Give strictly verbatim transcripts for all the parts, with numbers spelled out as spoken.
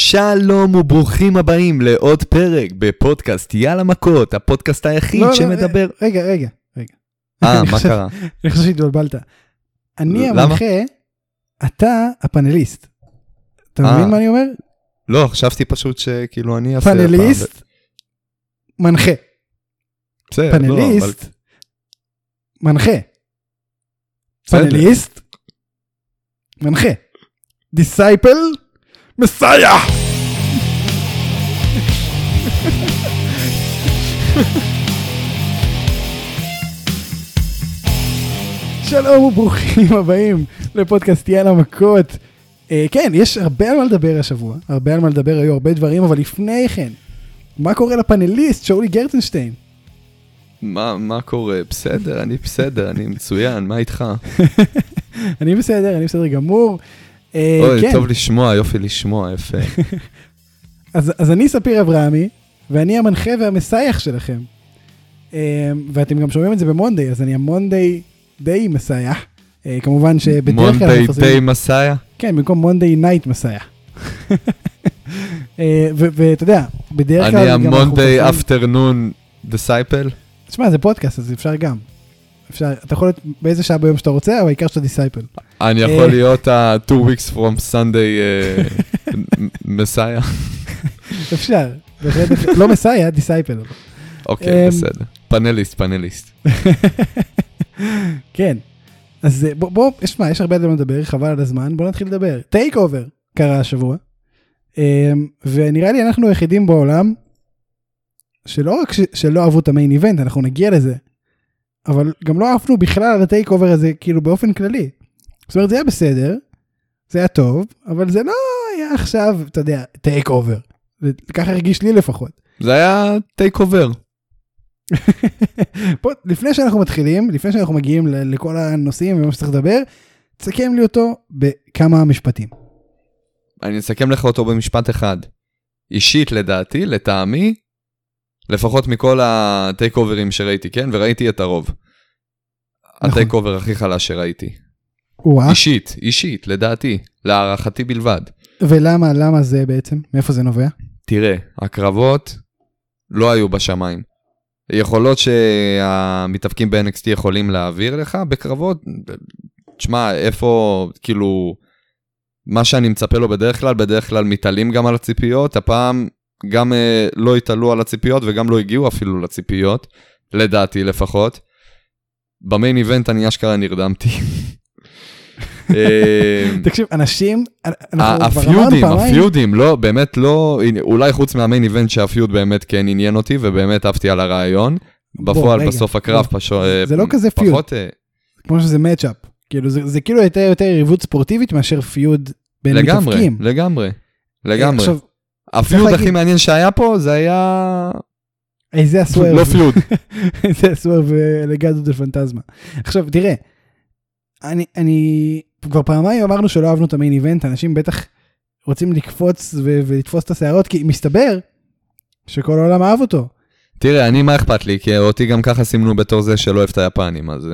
שלום וברוכים הבאים לעוד פרק בפודקאסט יאללה מכות, הפודקאסט היחיד לא, שמדבר... לא, רגע, רגע, רגע. אה, מה קרה? אני חושב שהתבלבלת. אני המנחה, אתה הפאנליסט. אתה מבין מה אני אומר? לא, חשבתי פשוט שכאילו אני אעשה... פאנליסט, מנחה. פאנליסט, מנחה. פאנליסט, מנחה. דיסייפל, מסייע. שלום וברוכים הבאים לפודקאסט יאללה מכות. כן, יש הרבה על מה לדבר השבוע, הרבה על מה לדבר, היו הרבה דברים, אבל לפני כן, מה קורה לפאנליסט שאולי גרטנשטיין? מה, מה קורה? בסדר, אני בסדר, אני מצוין, מה איתך? אני בסדר, אני בסדר גמור. אוי, כן. טוב לשמוע, יופי לשמוע, יפה. אז, אז אני ספיר אברהמי, ואני המנחה והמסייח שלכם. ואתם גם שומעים את זה במונדי, אז אני המונדי די מסייח. כמובן שבדרך כלל... מונדי די מסייח? כן, במקום מונדי נייט מסייח. ואתה יודע, בדרך כלל... אני המונדי אפטרנון דיסייפל? תשמע, זה פודקאסט, אז אפשר גם. אפשר, אתה יכול להיות באיזה שעה ביום שאתה רוצה, אבל העיקר שאתה דיסייפל. אני יכול להיות ה-two weeks from Sunday מסייע. אפשר. לא מסייע, דיסייפל. אוקיי, בסדר. פאנליסט, פאנליסט. כן. אז בוא, בוא, יש מה, יש הרבה דברים לדבר, חבל על הזמן, בוא נתחיל לדבר. טייק אובר קרה השבוע, ונראה לי אנחנו היחידים בעולם, שלא רק שלא אהבו את המיין איבנט, אנחנו נגיע לזה, אבל גם לא אהבנו בכלל על הטייק אובר הזה, כאילו באופן כללי. זאת אומרת, זה היה בסדר, זה היה טוב, אבל זה לא היה עכשיו, אתה יודע, טייק אובר. ככה הרגיש לי לפחות. זה היה טייק אובר. לפני שאנחנו מתחילים, לפני שאנחנו מגיעים לכל הנושאים ומה שצריך לדבר, תסכם לי אותו בכמה משפטים. אני אסכם לך אותו במשפט אחד. אישית לדעתי, לטעמי, לפחות מכל הטייק אוברים שראיתי, כן? וראיתי את הרוב. הטייק אובר הכי חלש שראיתי. אישית, אישית, לדעתי, להערכתי בלבד. ולמה, למה זה בעצם? מאיפה זה נובע? תראה, הקרבות לא היו בשמיים. יכולות שהמתאבקים ב-אן אקס טי יכולים להעביר לך בקרבות, תשמע, איפה, כאילו, מה שאני מצפה לו בדרך כלל, בדרך כלל מתעלים גם על הציפיות, הפעם גם אה, לא התעלו על הציפיות, וגם לא הגיעו אפילו לציפיות, לדעתי לפחות. במיין איבנט אני אשכרה נרדמתי. תקשיב, אנשים, הפיודים, הפיודים, לא, באמת לא, אולי חוץ מהמיין איבנט שהפיוד באמת כן עניין אותי, ובאמת אהבתי על הרעיון, בפועל בסוף הקרב פשוט, זה לא כזה פיוד, כמו שזה מאצ'אפ, זה כאילו יותר יותר יריבות ספורטיבית מאשר פיוד בין מתאבקים. לגמרי, לגמרי, הפיוד הכי מעניין שהיה פה, זה היה... איזה הסוורב. לא פיוד. איזה הסוורב לגאדו דה פנטזמה. עכשיו, תראה, אני, אני, כבר פעמיים אמרנו שלא אהבנו את המיין איבנט, אנשים בטח רוצים לקפוץ ו- ולתפוס את השערות, כי מסתבר שכל העולם אהב אותו. תראה, אני מה אכפת לי, כי אותי גם ככה סימנו בתור זה שלא אוהב את היפנים, אז...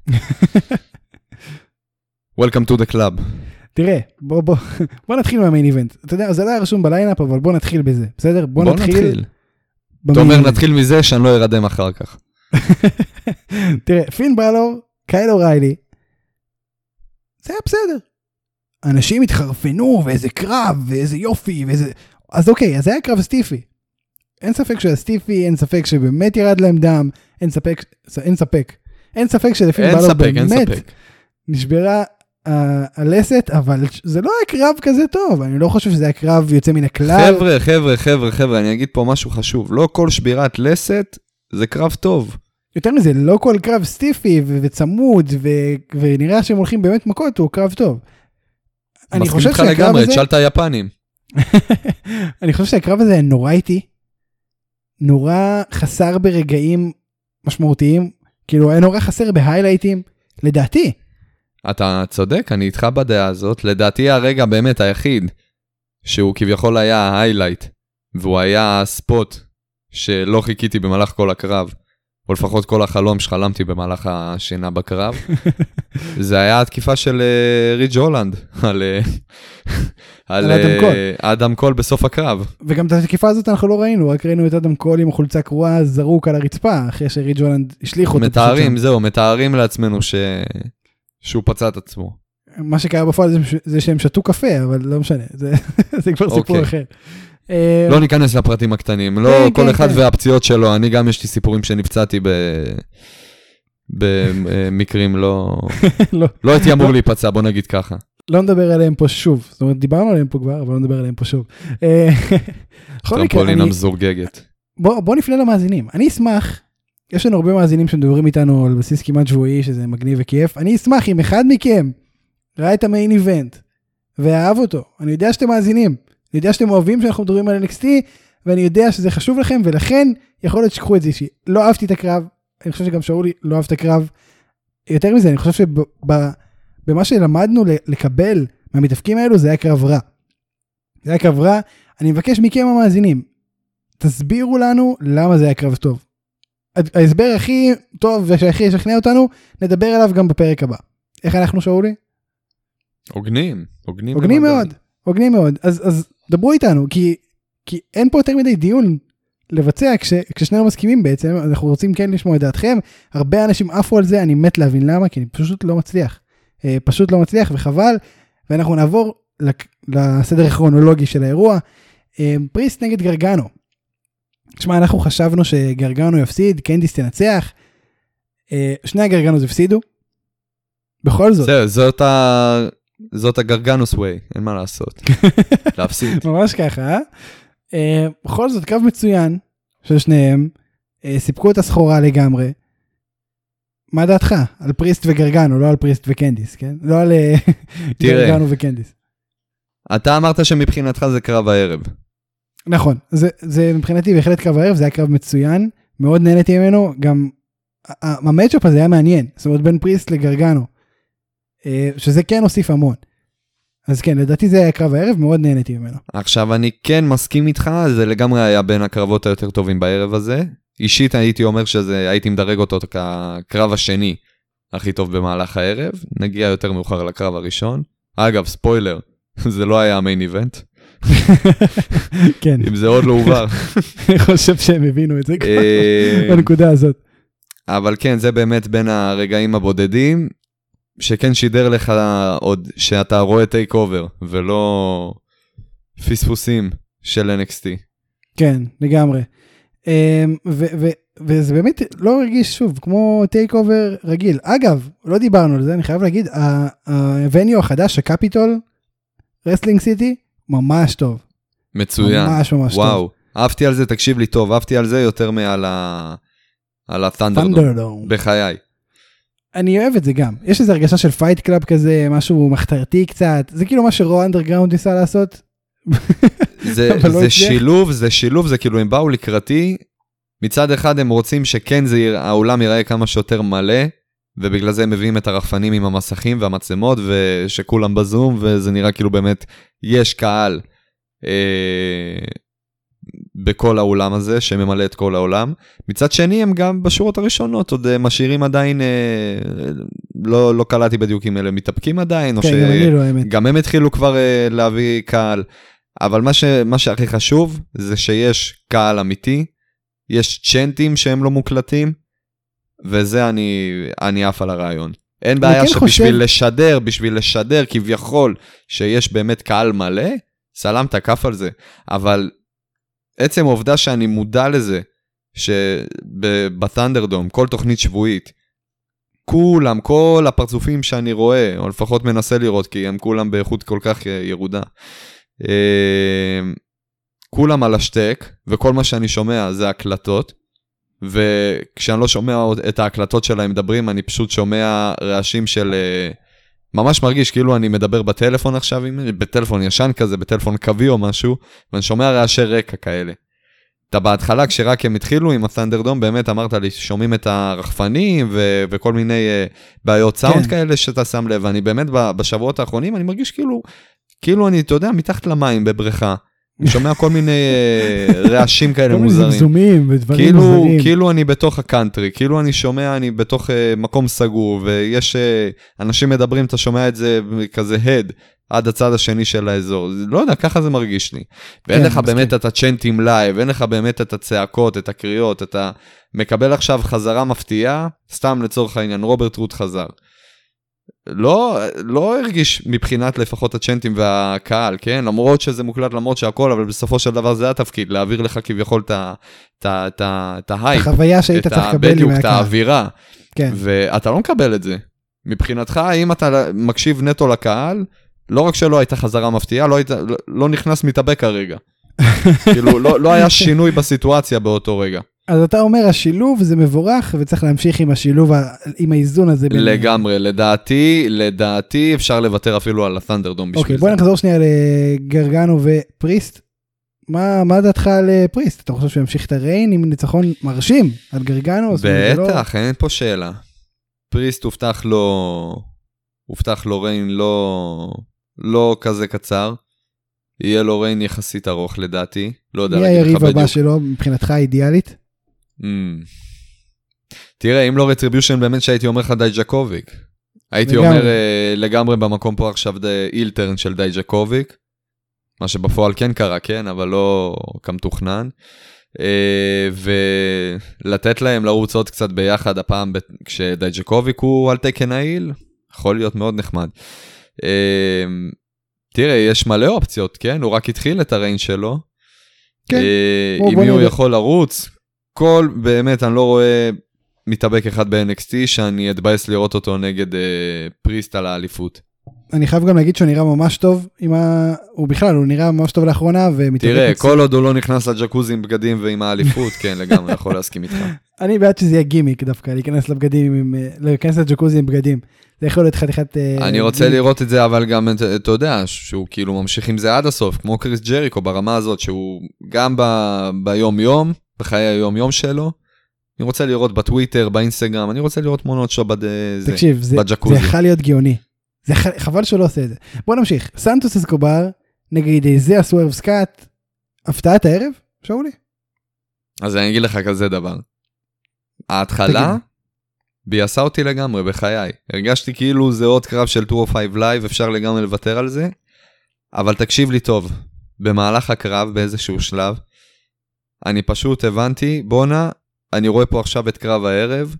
Welcome to the club. תראה, בוא, בוא, בוא נתחיל מהמיין איבנט. אתה יודע, זה לא היה רשום בליינאפ, אבל בוא נתחיל בזה, בסדר? בוא, בוא נתחיל. נתחיל. אתה אומר, נתחיל מזה שאני לא ארדם אחר כך. תראה, פין בלור, קייל אוריילי, זה היה בסדר. אנשים התחרפנו, ואיזה קרב, ואיזה יופי, ואיזה... אז אוקיי, אז זה היה קרב סטיפי. אין ספק שהיה סטיפי, אין ספק שבאמת ירד להם דם, אין ספק, אין ספק. אין ספק שלפין בלור באמת נשברה הלסת, אבל זה לא היה קרב כזה טוב. אני לא חושב שזה היה קרב יוצא מן הכלל. חבר'ה, חבר'ה, חבר'ה, חבר'ה, אני אגיד פה משהו חשוב. לא כל שבירת לסת זה קרב טוב. יותר מזה, לא כל קרב סטיפי ו- וצמוד, ו- ונראה שהם הולכים באמת מכות, הוא קרב טוב. אני חושב שהקרב לגמרי, הזה... תשאל את היפנים. אני חושב שהקרב הזה נורא איטי, נורא חסר ברגעים משמעותיים, כאילו היה נורא חסר בהיילייטים, לדעתי. אתה צודק, אני איתך בדעה הזאת, לדעתי הרגע באמת היחיד, שהוא כביכול היה ההיילייט, והוא היה הספוט שלא חיכיתי במהלך כל הקרב, או לפחות כל החלום שחלמתי במהלך השינה בקרב, זה היה התקיפה של ריג' הולנד, על על אדם קול. אדם קול בסוף הקרב. וגם את התקיפה הזאת אנחנו לא ראינו, רק ראינו את אדם קול עם החולצה קרועה זרוק על הרצפה, אחרי שריג' הולנד השליך אותו. מתארים, זהו, מתארים לעצמנו ש... שהוא פצע את עצמו. מה שקרה בפועל זה, זה שהם שתו קפה, אבל לא משנה, זה, זה כבר סיפור אוקיי. אחר. לא ניכנס לפרטים הקטנים, לא כן, כל כן, אחד כן. והפציעות שלו, אני גם יש לי סיפורים שנפצעתי ב... במקרים לא... לא. לא הייתי אמור להיפצע, בוא נגיד ככה. לא נדבר עליהם פה שוב, זאת אומרת, דיברנו עליהם פה כבר, אבל לא נדבר עליהם פה שוב. טרמפולינה מזורגגת. בוא, בוא נפנה למאזינים. אני אשמח, יש לנו הרבה מאזינים שמדברים איתנו על בסיס כמעט שבועי, שזה מגניב וכיף. אני אשמח אם אחד מכם ראה את המיין איבנט, ואהב אותו. אני יודע שאתם מאזינים, אני יודע שאתם אוהבים שאנחנו מדברים על אן אקס טי, ואני יודע שזה חשוב לכם, ולכן יכול להיות שכחו את זה אישי. לא אהבתי את הקרב, אני חושב שגם שאולי לא אהב את הקרב. יותר מזה, אני חושב שבמה שלמדנו לקבל מהמתאבקים האלו, זה היה קרב רע. זה היה קרב רע. אני מבקש מכם המאזינים, תסבירו לנו למה זה היה קרב טוב. ההסבר הכי טוב ושהכי ישכנע אותנו, נדבר עליו גם בפרק הבא. איך אנחנו, שאולי? הוגנים, הוגנים. הוגנים מאוד, הוגנים מאוד. אז, אז דברו איתנו, כי, כי אין פה יותר מדי דיון לבצע, כש, כששנינו מסכימים בעצם, אנחנו רוצים כן לשמוע את דעתכם. הרבה אנשים עפו על זה, אני מת להבין למה, כי אני פשוט לא מצליח. פשוט לא מצליח וחבל, ואנחנו נעבור לסדר הכרונולוגי של האירוע. פריסט נגד גרגנו. תשמע, אנחנו חשבנו שגרגנו יפסיד, קנדיס תנצח. שני הגרגנוס הפסידו. בכל זאת. זה, זאת ה... זאת הגרגנוס ווי, אין מה לעשות. להפסיד. ממש ככה, אה? בכל זאת, קרב מצוין של שניהם, סיפקו את הסחורה לגמרי. מה דעתך? על פריסט וגרגנו, לא על פריסט וקנדיס, כן? לא על גרגנו וקנדיס. אתה אמרת שמבחינתך זה קרב הערב. נכון, זה, זה מבחינתי בהחלט קרב הערב, זה היה קרב מצוין, מאוד נהניתי ממנו, גם המאצ'אפ הזה היה מעניין, זאת אומרת בין פריסט לגרגנו, שזה כן הוסיף המון. אז כן, לדעתי זה היה קרב הערב, מאוד נהניתי ממנו. עכשיו אני כן מסכים איתך, זה לגמרי היה בין הקרבות היותר טובים בערב הזה. אישית הייתי אומר שזה, הייתי מדרג אותו כקרב השני הכי טוב במהלך הערב, נגיע יותר מאוחר לקרב הראשון. אגב, ספוילר, זה לא היה המיין איבנט. כן. אם זה עוד לא עובר. אני חושב שהם הבינו את זה כבר, בנקודה הזאת. אבל כן, זה באמת בין הרגעים הבודדים, שכן שידר לך עוד שאתה רואה טייק אובר, ולא פספוסים של אן אקס טי. כן, לגמרי. וזה באמת לא הרגיש שוב, כמו טייק אובר רגיל. אגב, לא דיברנו על זה, אני חייב להגיד, הווניו החדש, הקפיטול, רסלינג סיטי, ממש טוב. מצוין. ממש ממש וואו. טוב. אהבתי על זה, תקשיב לי טוב, אהבתי על זה יותר מעל ה... על הת'נדרדום. בחיי. אני אוהב את זה גם. יש איזו הרגשה של פייט קלאב כזה, משהו מחתרתי קצת. זה כאילו מה שרו אנדרגראונד ניסה לעשות. זה, זה שילוב, זה שילוב, זה כאילו הם באו לקראתי. מצד אחד הם רוצים שכן זה, העולם ייראה כמה שיותר מלא, ובגלל זה הם מביאים את הרחפנים עם המסכים והמצלמות, ושכולם בזום, וזה נראה כאילו באמת יש קהל אה, בכל העולם הזה, שממלא את כל העולם. מצד שני, הם גם בשורות הראשונות, עוד משאירים עדיין, אה, לא, לא קלעתי בדיוק עם אלה, מתאפקים עדיין, כן, או גם, ש... גם הם התחילו כבר אה, להביא קהל. אבל מה, ש... מה שהכי חשוב, זה שיש קהל אמיתי, יש צ'נטים שהם לא מוקלטים, וזה אני, אני אף על הרעיון. אין בעיה שבשביל חושב... לשדר, בשביל לשדר כביכול, שיש באמת קהל מלא, סלמת כף על זה. אבל עצם העובדה שאני מודע לזה, שבת'נדרדום, כל תוכנית שבועית, כולם, כל הפרצופים שאני רואה, או לפחות מנסה לראות, כי הם כולם באיכות כל כך ירודה, כולם על השטק, וכל מה שאני שומע זה הקלטות, וכשאני לא שומע את ההקלטות שלהם מדברים, אני פשוט שומע רעשים של, ממש מרגיש כאילו אני מדבר בטלפון עכשיו, בטלפון ישן כזה, בטלפון קווי או משהו, ואני שומע רעשי רקע כאלה. אתה בהתחלה כשרק הם התחילו עם הת'נדרדום, באמת אמרת לי, שומעים את הרחפנים ו- וכל מיני בעיות סאונד כן. כאלה שאתה שם לב, ואני באמת בשבועות האחרונים, אני מרגיש כאילו, כאילו אני, אתה יודע, מתחת למים בבריכה, אני שומע כל מיני רעשים כאלה מוזרים. זמזומים ודברים כאילו, מוזרים. כאילו אני בתוך הקאנטרי, כאילו אני שומע, אני בתוך מקום סגור, ויש אנשים מדברים, אתה שומע את זה כזה הד, עד הצד השני של האזור. לא יודע, ככה זה מרגיש לי. ואין כן, לך מסכים. באמת את הצ'נטים לייב, אין לך באמת את הצעקות, את הקריאות, אתה מקבל עכשיו חזרה מפתיעה, סתם לצורך העניין, רוברט רוט חזר. לא, לא הרגיש מבחינת לפחות הצ'נטים והקהל, כן? למרות שזה מוקלט, למרות שהכל, אבל בסופו של דבר זה התפקיד, להעביר לך כביכול את ה- את ה- את ה- את ההייפ. החוויה שהיית את ה- צריך לקבל בדיוק, עם את הקהל. האווירה. כן. ואתה לא מקבל את זה. מבחינתך, אם אתה מקשיב נטו לקהל, לא רק שלא הייתה חזרה מפתיעה, לא, היית, לא, לא נכנס מתאבק כרגע. כאילו, לא, לא היה שינוי בסיטואציה באותו רגע. אז אתה אומר, השילוב זה מבורך, וצריך להמשיך עם השילוב, ה- עם האיזון הזה. בין- לגמרי, לדעתי, לדעתי אפשר לוותר אפילו על הת'נדרדום בשביל אוקיי, זה. בוא נחזור שנייה לגרגנו ופריסט. מה, מה דעתך על פריסט? אתה חושב שהוא ימשיך את הריין עם ניצחון מרשים על גרגנו? זאת אומרת, זה לא- בטח, אין פה שאלה. פריסט הובטח לו, הובטח לו ריין לא, לא כזה קצר. יהיה לו ריין יחסית ארוך לדעתי. לא יודע מי להגיד לך היריב הבא בדיוק. שלו מבחינתך האידיאלית? Mm. תראה, אם לא רטריביושן, באמת שהייתי אומר לך דייג'קוביק. הייתי לגמרי. אומר uh, לגמרי במקום פה עכשיו אילטרן של דייג'קוביק. מה שבפועל כן קרה, כן, אבל לא כמתוכנן. Uh, ולתת להם לרוץ עוד קצת ביחד הפעם, כשדייג'קוביק הוא על תקן העיל, יכול להיות מאוד נחמד. Uh, תראה, יש מלא אופציות, כן? הוא רק התחיל את הריין שלו. כן. Uh, בוא, עם בוא מי הוא נראה. יכול לרוץ? כל, באמת, אני לא רואה מתאבק אחד ב-אן אקס טי שאני אתבאס לראות אותו נגד uh, פריסט על האליפות. אני חייב גם להגיד שהוא נראה ממש טוב, עם ה... הוא בכלל, הוא נראה ממש טוב לאחרונה, ומתאבק תראה, מצוין. כל עוד הוא לא נכנס לג'קוזי עם בגדים ועם האליפות, כן, לגמרי, יכול להסכים איתך. אני בעד שזה יהיה גימיק דווקא, להיכנס לבגדים, עם, להיכנס לג'קוזי עם בגדים. זה יכול להיות חתיכת... אה, אני רוצה גימיק. לראות את זה, אבל גם, אתה יודע, שהוא כאילו ממשיך עם זה עד הסוף, כמו קריס ג'ריקו ברמה הזאת, שהוא גם ב- ביום-יום, בחיי היום-יום שלו, אני רוצה לראות בטוויטר, באינסטגרם, אני רוצה לראות תמונות שלו בד... זה, תקשיב, זה, זה בג'קוזי. יכול להיות גאוני. זה ח... חבל שהוא לא עושה את זה. בוא נמשיך. סנטוס אסקובר, נגד איזיה סוורב סקאט, הפתעת הערב, שאולי? אז אני אגיד לך כזה דבר. ההתחלה תגיד. ביאסה אותי לגמרי בחיי. הרגשתי כאילו זה עוד קרב של מאתיים וחמש לייב, אפשר לגמרי לוותר על זה. אבל תקשיב לי טוב, במהלך הקרב באיזשהו שלב, אני פשוט הבנתי, בונה, אני רואה פה עכשיו את קרב הערב,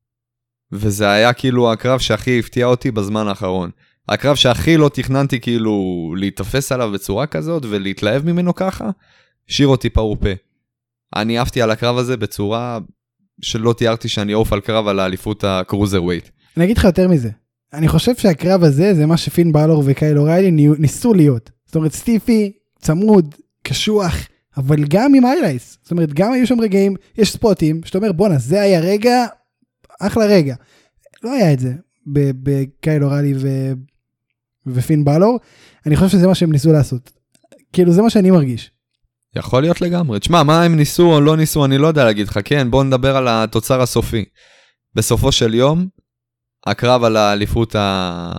וזה היה כאילו הקרב שהכי הפתיע אותי בזמן האחרון. הקרב שהכי לא תכננתי כאילו להתאפס עליו בצורה כזאת, ולהתלהב ממנו ככה, שיר אותי פעור פה. אני עפתי על הקרב הזה בצורה שלא תיארתי שאני אוף על קרב על האליפות הקרוזר ווייט. אני אגיד לך יותר מזה. אני חושב שהקרב הזה זה מה שפין בלור וקייל אוריילי ניסו להיות. זאת אומרת, סטיפי, צמוד, קשוח, אבל גם עם איילייס. זאת אומרת, גם היו שם רגעים, יש ספוטים, שאתה אומר, בונה, זה היה רגע, אחלה רגע. לא היה את זה בקייל אוריילי ו... ופין בלור. אני חושב שזה מה שהם ניסו לעשות. כאילו, זה מה שאני מרגיש. יכול להיות לגמרי. תשמע, מה הם ניסו או לא ניסו, אני לא יודע להגיד לך. כן, בוא נדבר על התוצר הסופי. בסופו של יום, הקרב על האליפות ה...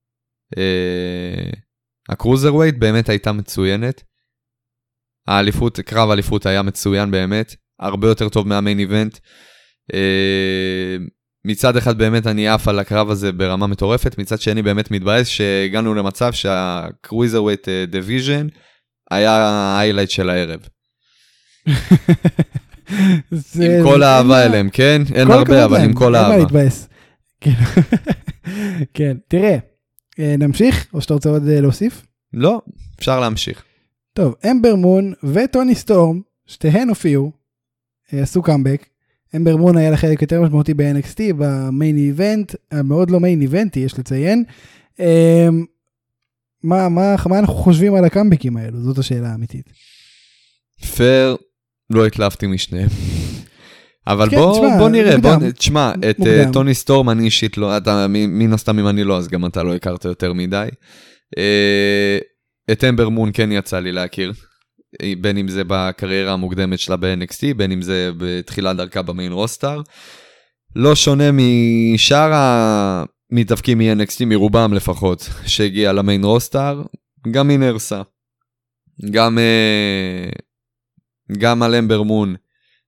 הקרוזר ווייט באמת הייתה מצוינת. האליפות, קרב האליפות היה מצוין באמת. הרבה יותר טוב מהמיין איבנט. מצד אחד באמת אני עף על הקרב הזה ברמה מטורפת. מצד שני באמת מתבאס שהגענו למצב שהקרוזר ווייט דיוויז'ן היה ההיילייט של הערב. עם כל האהבה אליהם, כן? אין הרבה, אבל עם כל האהבה. כן, תראה, נמשיך, או שאתה רוצה עוד להוסיף? לא, אפשר להמשיך. טוב, אמבר מון וטוני סטורם, שתיהן הופיעו, עשו קאמבק. אמבר מון היה לחלק יותר משמעותי ב-אן אקס טי, במיין איבנט, מאוד לא מיין איבנטי, יש לציין. מה, מה, מה אנחנו חושבים על הקאמבקים האלו? זאת השאלה האמיתית. פייר, לא התלהבתי משניהם. אבל כן, בוא, תשמע, בוא נראה, מוקדם. בוא, תשמע, את מוקדם. uh, טוני סטורם אני אישית לא, אתה, מן הסתם אם אני לא, אז גם אתה לא הכרת יותר מדי. Uh, את אמבר מון כן יצא לי להכיר, בין אם זה בקריירה המוקדמת שלה ב-אן אקס טי, בין אם זה בתחילת דרכה במיין רוסטר. לא שונה משאר המתאבקים מ-אן אקס טי, מרובם לפחות, שהגיע למיין רוסטר, גם היא נרסה. גם, uh, גם על אמבר מון,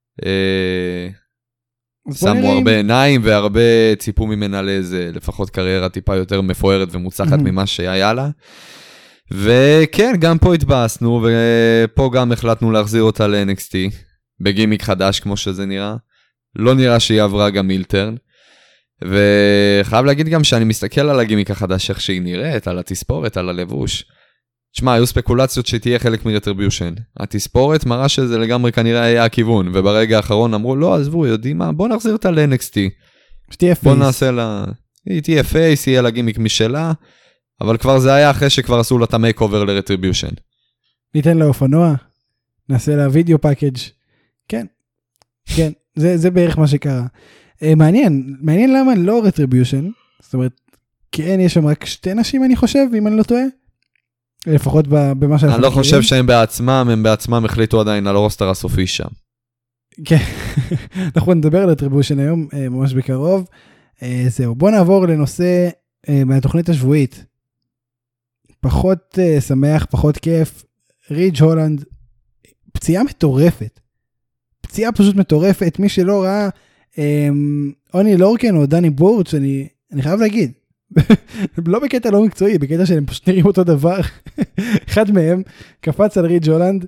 שמו הרבה עיניים והרבה ציפו ממנה לאיזה לפחות קריירה טיפה יותר מפוארת ומוצחת ממה שהיה לה. וכן, גם פה התבאסנו, ופה גם החלטנו להחזיר אותה ל-אן אקס טי, בגימיק חדש כמו שזה נראה. לא נראה שהיא עברה גם מילטרן. וחייב להגיד גם שאני מסתכל על הגימיק החדש, איך שהיא נראית, על התספורת, על הלבוש. תשמע, היו ספקולציות שתהיה חלק מרטריביושן. התספורת מראה שזה לגמרי כנראה היה הכיוון, וברגע האחרון אמרו, לא, עזבו, יודעים מה, בוא נחזיר אותה ל-אן אקס טי. שתהיה פייס. בוא נעשה לה... היא תהיה פייס, יהיה לה גימיק משלה, אבל כבר זה היה אחרי שכבר עשו לה את המייק אובר לרטריביושן. ניתן לה אופנוע, נעשה לה וידאו פאקג'. כן, כן, זה, זה בערך מה שקרה. Uh, מעניין, מעניין למה לא רטריביושן, זאת אומרת, כן, יש שם רק שתי נשים, אני חושב, אם אני לא טועה, לפחות במה שאנחנו אני לא חושב שהם בעצמם, הם בעצמם החליטו עדיין על הרוסטר הסופי שם. כן, אנחנו נדבר על רטריביושן היום, uh, ממש בקרוב. Uh, זהו, בוא נעבור לנושא uh, מהתוכנית השבועית. פחות uh, שמח, פחות כיף, רידג' הולנד, פציעה מטורפת. פציעה פשוט מטורפת, מי שלא ראה, אוני לורקן או דני בורץ', אני, אני חייב להגיד, לא בקטע לא מקצועי, בקטע שהם פשוט נראים אותו דבר, אחד מהם קפץ על רידג' הולנד,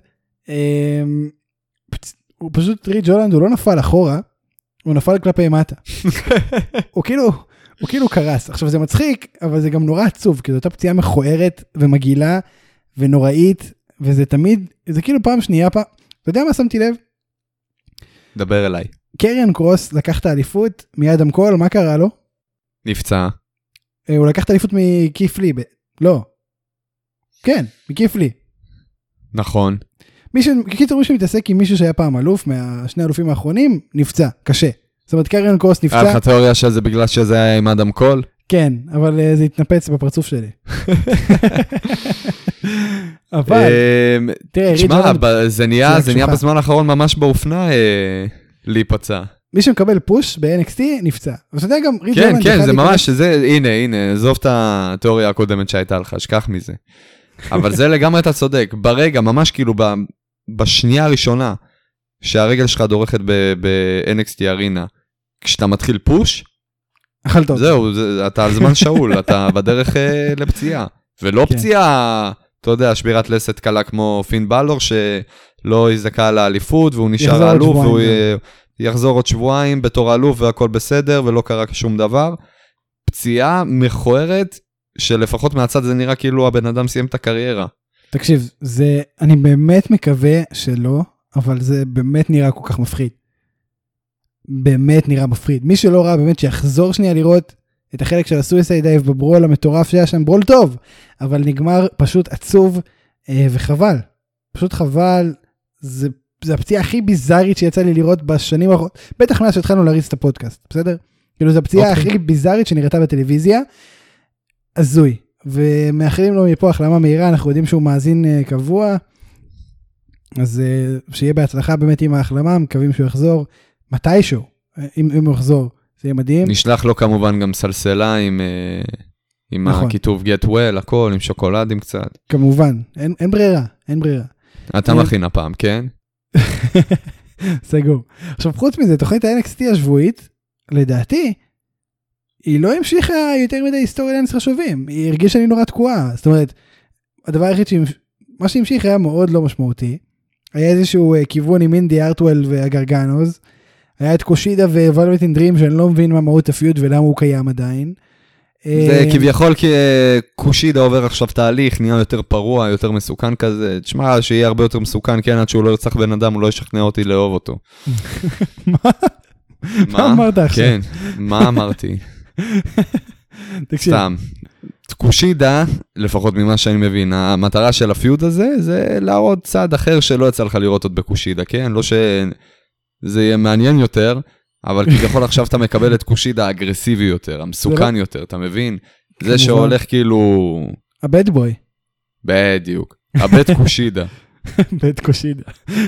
הוא פשוט, רידג' הולנד הוא לא נפל אחורה, הוא נפל כלפי מטה, הוא כאילו, הוא כאילו קרס, עכשיו זה מצחיק, אבל זה גם נורא עצוב, כי זו אותה פציעה מכוערת ומגעילה ונוראית, וזה תמיד, זה כאילו פעם שנייה פעם, אתה יודע מה שמתי לב? דבר אליי. קריאן קרוס לקח את האליפות מאדם קול, מה קרה לו? נפצע. הוא לקח את האליפות מקיף לי, ב... לא. כן, מקיף לי. נכון. קיצור, מי שמתעסק עם מישהו שהיה פעם אלוף, מהשני אלופים האחרונים, נפצע, קשה. זאת אומרת, קריאן קרוס נפצע. היה לך תיאוריה שזה בגלל שזה היה עם אדם קול? כן, אבל זה התנפץ בפרצוף שלי. אבל, תראה, תשמע, זה נהיה בזמן האחרון ממש באופנה להיפצע. מי שמקבל פוש ב-אן אקס טי נפצע. ואתה יודע גם, כן, כן, זה ממש, הנה, הנה, עזוב את התיאוריה הקודמת שהייתה לך, שכח מזה. אבל זה לגמרי אתה צודק, ברגע, ממש כאילו בשנייה הראשונה, שהרגל שלך דורכת ב-אן אקס טי ארינה, כשאתה מתחיל פוש, זהו, אתה על זמן שאול, אתה בדרך לפציעה. ולא פציעה, אתה יודע, שבירת לסת קלה כמו פין בלור, שלא יזדקה לאליפות, והוא נשאר האלוף, והוא יחזור עוד שבועיים בתור האלוף, והכל בסדר, ולא קרה שום דבר. פציעה מכוערת, שלפחות מהצד זה נראה כאילו הבן אדם סיים את הקריירה. תקשיב, זה, אני באמת מקווה שלא, אבל זה באמת נראה כל כך מפחיד. באמת נראה מפחיד. מי שלא ראה באמת שיחזור שנייה לראות את החלק של הסויסייד דייב בברול המטורף שהיה שם, ברול טוב, אבל נגמר פשוט עצוב אה, וחבל. פשוט חבל, זה, זה הפציעה הכי ביזארית שיצא לי לראות בשנים האחרונות, בטח מאז שהתחלנו להריץ את הפודקאסט, בסדר? כאילו זו הפציעה okay. הכי ביזארית שנראתה בטלוויזיה, הזוי, ומאחלים לו מפה החלמה מהירה, אנחנו יודעים שהוא מאזין אה, קבוע, אז אה, שיהיה בהצלחה באמת עם ההחלמה, מקווים שהוא יחזור, מתישהו, אם, אם הוא יחזור, זה יהיה מדהים. נשלח לו כמובן גם סלסלה עם, עם נכון. הכיתוב get well, הכל, עם שוקולדים קצת. כמובן, אין, אין ברירה, אין ברירה. אתה אין... מכין הפעם, כן? סגור. עכשיו, חוץ מזה, תוכנית ה-אן אקס טי השבועית, לדעתי, היא לא המשיכה יותר מדי היסטוריה לאנס חשובים, היא הרגישה לי נורא תקועה, זאת אומרת, הדבר היחיד, מה שהמשיך היה מאוד לא משמעותי, היה איזשהו כיוון עם אינדי ארטוול והגרגנוז, היה את קושידה ווולבט אין דרים, שאני לא מבין מה מהות הפיוט ולמה הוא קיים עדיין. זה כביכול כי קושידה עובר עכשיו תהליך, נהיה יותר פרוע, יותר מסוכן כזה. תשמע, שיהיה הרבה יותר מסוכן, כן, עד שהוא לא ירצח בן אדם, הוא לא ישכנע אותי לאהוב אותו. מה? מה אמרת עכשיו? כן, מה אמרתי? סתם. קושידה, לפחות ממה שאני מבין, המטרה של הפיוט הזה, זה להראות צעד אחר שלא יצא לך לראות עוד בקושידה, כן? לא שזה יהיה מעניין יותר, אבל כביכול עכשיו אתה מקבל את קושידה האגרסיבי יותר, המסוכן יותר, אתה מבין? זה שהולך כאילו... הבד בוי. בדיוק. הבד קושידה. בד קושידה.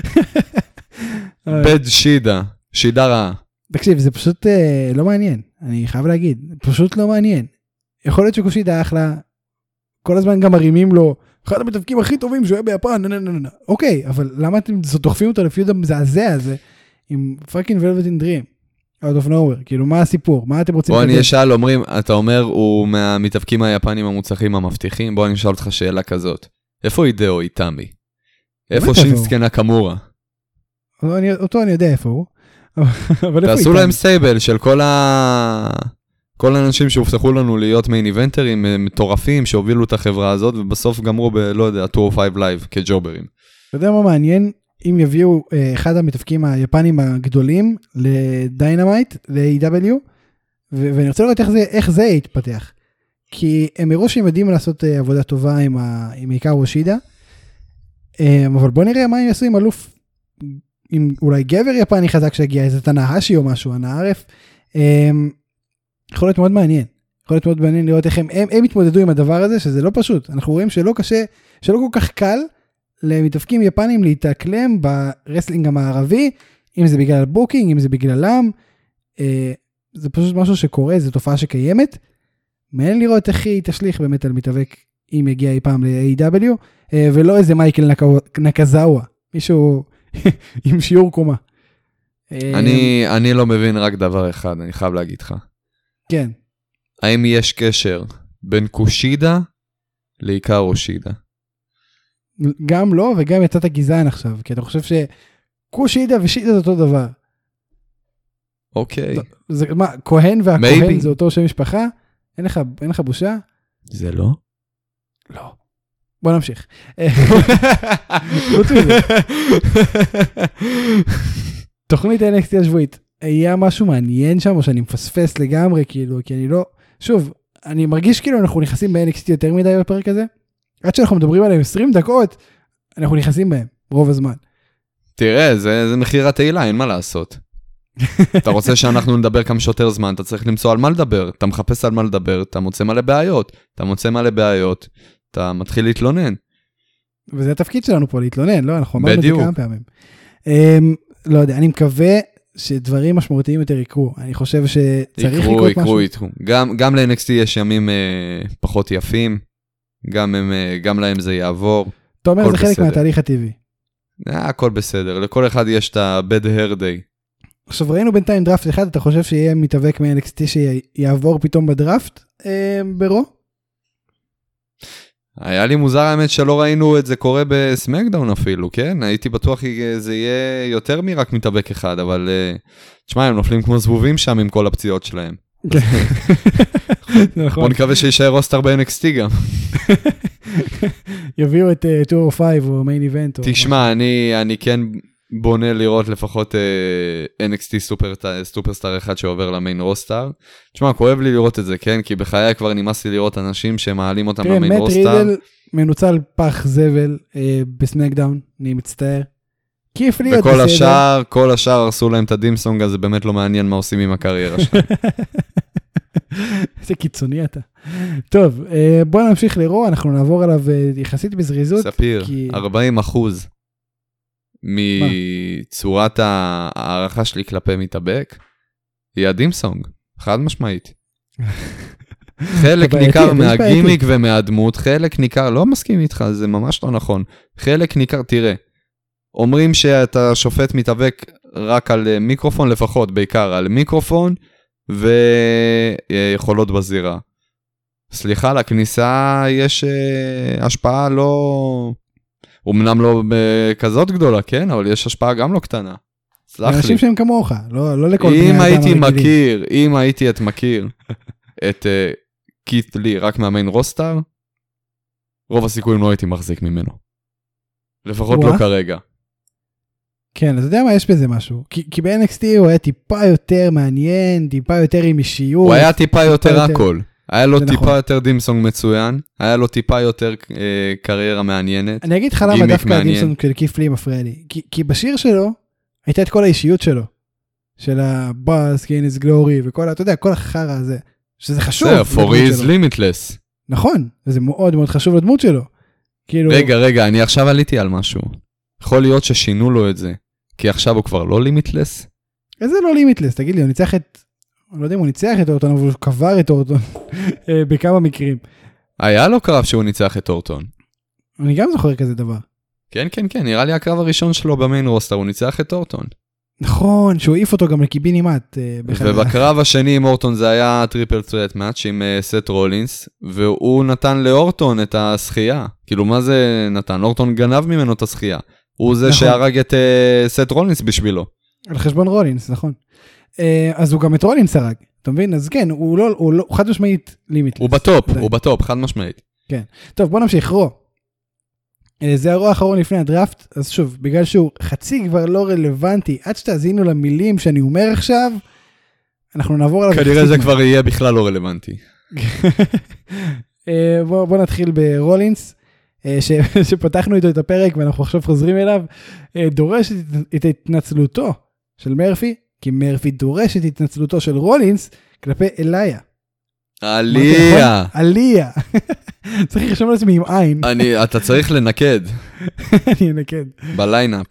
בד שידה. שידה רעה. תקשיב, זה פשוט לא מעניין. אני חייב להגיד, פשוט לא מעניין. יכול להיות שקושידה אחלה, כל הזמן גם מרימים לו, אחד המתאבקים הכי טובים שהוא היה ביפן, נה, נה, נה, נה. אוקיי, אבל למה אתם דוחפים אותו לפיוד המזעזע הזה, עם פאקינג ולבט אין דרים? out of nowhere, כאילו מה הסיפור? מה אתם רוצים? בוא אני אשאל, אומרים, אתה אומר, הוא מהמתאבקים היפנים המוצלחים המבטיחים, בוא אני אשאל אותך שאלה כזאת. איפה אידאו איתמי? איפה שינסקי נקמורה? אותו אני יודע איפה הוא. תעשו להם סטייבל של כל ה... כל האנשים שהובטחו לנו להיות מיין איבנטרים מטורפים שהובילו את החברה הזאת, ובסוף גמרו ב, לא יודע, מאתיים וחמש לייב כג'וברים. אתה יודע מה מעניין? אם יביאו אחד המתאבקים היפנים הגדולים לדיינמייט, ל-איי דאבליו, ואני רוצה לראות איך זה, איך זה יתפתח. כי הם הראו שהם יודעים לעשות עבודה טובה עם, ה, עם עיקר ושידה, אבל בוא נראה מה הם יעשו עם אלוף, עם אולי גבר יפני חזק שהגיע, איזה תנאהשי או משהו, הנערף, יכול להיות מאוד מעניין. יכול להיות מאוד מעניין לראות איך הם, הם, הם התמודדו עם הדבר הזה, שזה לא פשוט. אנחנו רואים שלא קשה, שלא כל כך קל למתאבקים יפנים להתאקלם ברסלינג המערבי, אם זה בגלל הבוקינג, אם זה בגללם, אה, זה פשוט משהו שקורה, זו תופעה שקיימת. מעניין לראות איך היא תשליך באמת על מתאבק, אם יגיע אי פעם ל-איי דאבליו, אה, ולא איזה מייקל נק... נקזאווה, מישהו עם שיעור קומה. אה, אני, אני לא מבין רק דבר אחד, אני חייב להגיד לך. כן. האם יש קשר בין קושידה לעיקר אושידה? גם לא, וגם יצאת גזען עכשיו, כי אתה חושב שקושידה ושידה זה אותו דבר. אוקיי. זה, מה, כהן והכהן זה אותו שם משפחה? אין לך, אין לך בושה? זה לא? לא. בוא נמשיך. חוץ מזה. תוכנית אן אקס טי השבועית. היה משהו מעניין שם, או שאני מפספס לגמרי, כאילו, כי אני לא... שוב, אני מרגיש כאילו אנחנו נכנסים ב-אן אקס טי יותר מדי בפרק הזה. עד שאנחנו מדברים עליהם עשרים דקות, אנחנו נכנסים בהם, רוב הזמן. תראה, זה, זה מחיר התהילה, אין מה לעשות. אתה רוצה שאנחנו נדבר כמה שיותר זמן, אתה צריך למצוא על מה לדבר, אתה מחפש על מה לדבר, אתה מוצא מלא בעיות, אתה מוצא מלא בעיות, אתה מתחיל להתלונן. וזה התפקיד שלנו פה, להתלונן, לא? אנחנו אמרנו את זה כמה פעמים. Um, לא יודע, אני מקווה שדברים משמעותיים יותר יקרו. אני חושב שצריך יקרו, לקרות יקרו, משהו. יקרו. גם, גם ל-אן אקס טי יש ימים אה, פחות יפים, גם, הם, אה, גם להם זה יעבור. אתה אומר, זה חלק מהתהליך הטבעי. אה, הכל בסדר, לכל אחד יש את ה-bad hair day. עכשיו ראינו בינתיים דראפט אחד, אתה חושב שיהיה מתאבק מ-אן אקס טי שיעבור פתאום בדראפט אה, ברו? היה לי מוזר האמת שלא ראינו את זה קורה בסמקדאון אפילו, כן? הייתי בטוח שזה יהיה יותר מרק מתאבק אחד, אבל תשמע, הם נופלים כמו זבובים שם עם כל הפציעות שלהם. בוא נקווה שישאר רוסטר ב-אן אקס טי גם. יביאו את טו או פייב או מיין איבנט. תשמע, אני כן בונה לראות לפחות אן אקס טי סופרסטאר אחד שעובר למיין רוסטר. תשמע, כואב לי לראות את זה, כן? כי בחיי כבר נמאס לי לראות אנשים שמעלים אותם למיין רוסטר. תראה, מט רידל מנוצל פח זבל בסמקדאון, אני מצטער. כיף להיות בסדר. וכל השאר, כל השאר הרסו להם את הדימסונג, אז זה באמת לא מעניין מה עושים עם הקריירה שלהם. איזה קיצוני אתה. טוב, בוא נמשיך לראות, אנחנו נעבור עליו יחסית בזריזות. ספיר, ארבעים אחוז מצורת הערכה שלי כלפי מתאבק, היא הדימסונג, חד משמעית. חלק ניכר מהגימיק ומהדמות, חלק ניכר, לא מסכים איתך, זה ממש לא נכון. חלק ניכר, תראה, אומרים שאתה שופט מתאבק רק על מיקרופון לפחות, בעיקר על מיקרופון ויכולות בזירה. סליחה, לכניסה יש השפעה לא, אומנם לא כזאת גדולה, כן? אבל יש השפעה גם לא קטנה. סלח לי. אנשים שהם כמוך, לא, לא לכל אם הייתי מכיר, אם הייתי את מכיר את קית' לי רק מהמיין רוסטר, רוב הסיכויים לא הייתי מחזיק ממנו. לפחות לא כרגע. כן, אתה יודע מה, יש בזה משהו. כי, כי ב-אן אקס טי הוא היה טיפה יותר מעניין, טיפה יותר עם אישיות. הוא היה טיפה יותר הכל. היה לו טיפה נכון. יותר דימסונג מצוין, היה לו טיפה יותר אה, קריירה מעניינת. אני אגיד לך למה דווקא הדימסונג של קית' לי מפריע לי. כי, כי בשיר שלו, הייתה את כל האישיות שלו. של הבאס, קיינס גלורי, וכל, אתה יודע, כל החרא הזה. שזה חשוב. זה, for he is limitless. נכון, וזה מאוד מאוד חשוב לדמות שלו. כאילו... רגע, רגע, אני עכשיו עליתי על משהו. יכול להיות ששינו לו את זה, כי עכשיו הוא כבר לא לימיטלס? איזה לא לימיטלס? תגיד לי, הוא ניצח את, אני לא יודע אם הוא ניצח את אורטון, אבל הוא קבר את אורטון בכמה מקרים. היה לו קרב שהוא ניצח את אורטון. אני גם זוכר כזה דבר. כן, כן, כן, נראה לי הקרב הראשון שלו במיין רוסטר, הוא ניצח את אורטון. נכון, שהוא העיף אותו גם לקיבינימט. ובקרב השני עם אורטון זה היה טריפל טרט מאץ' עם סט רולינס, והוא נתן לאורטון את השחייה. כאילו מה זה נתן? אורטון גנב ממנו את השחייה. הוא זה שהרג את סט רולינס בשבילו. על חשבון רולינס, נכון. אז הוא גם את רולינס הרג, אתה מבין? אז כן, הוא לא, הוא לא, חד משמעית לימיטלס. הוא בטופ, הוא בטופ, חד משמעית. כן. טוב, בוא נמשיך, רו. זה הרוע האחרון לפני הדראפט, אז שוב, בגלל שהוא חצי כבר לא רלוונטי, עד שתאזינו למילים שאני אומר עכשיו, אנחנו נעבור עליו. כנראה זה כבר יהיה בכלל לא רלוונטי. בוא, בוא נתחיל ברולינס, ש, שפתחנו איתו את הפרק, ואנחנו עכשיו חוזרים אליו, דורש את התנצלותו של מרפי, כי מרפי דורש את התנצלותו של רולינס, כלפי אליה. אליה. אליה. צריך לרשום לעצמי עם עין. אני, אתה צריך לנקד. אני אנקד. בליינאפ.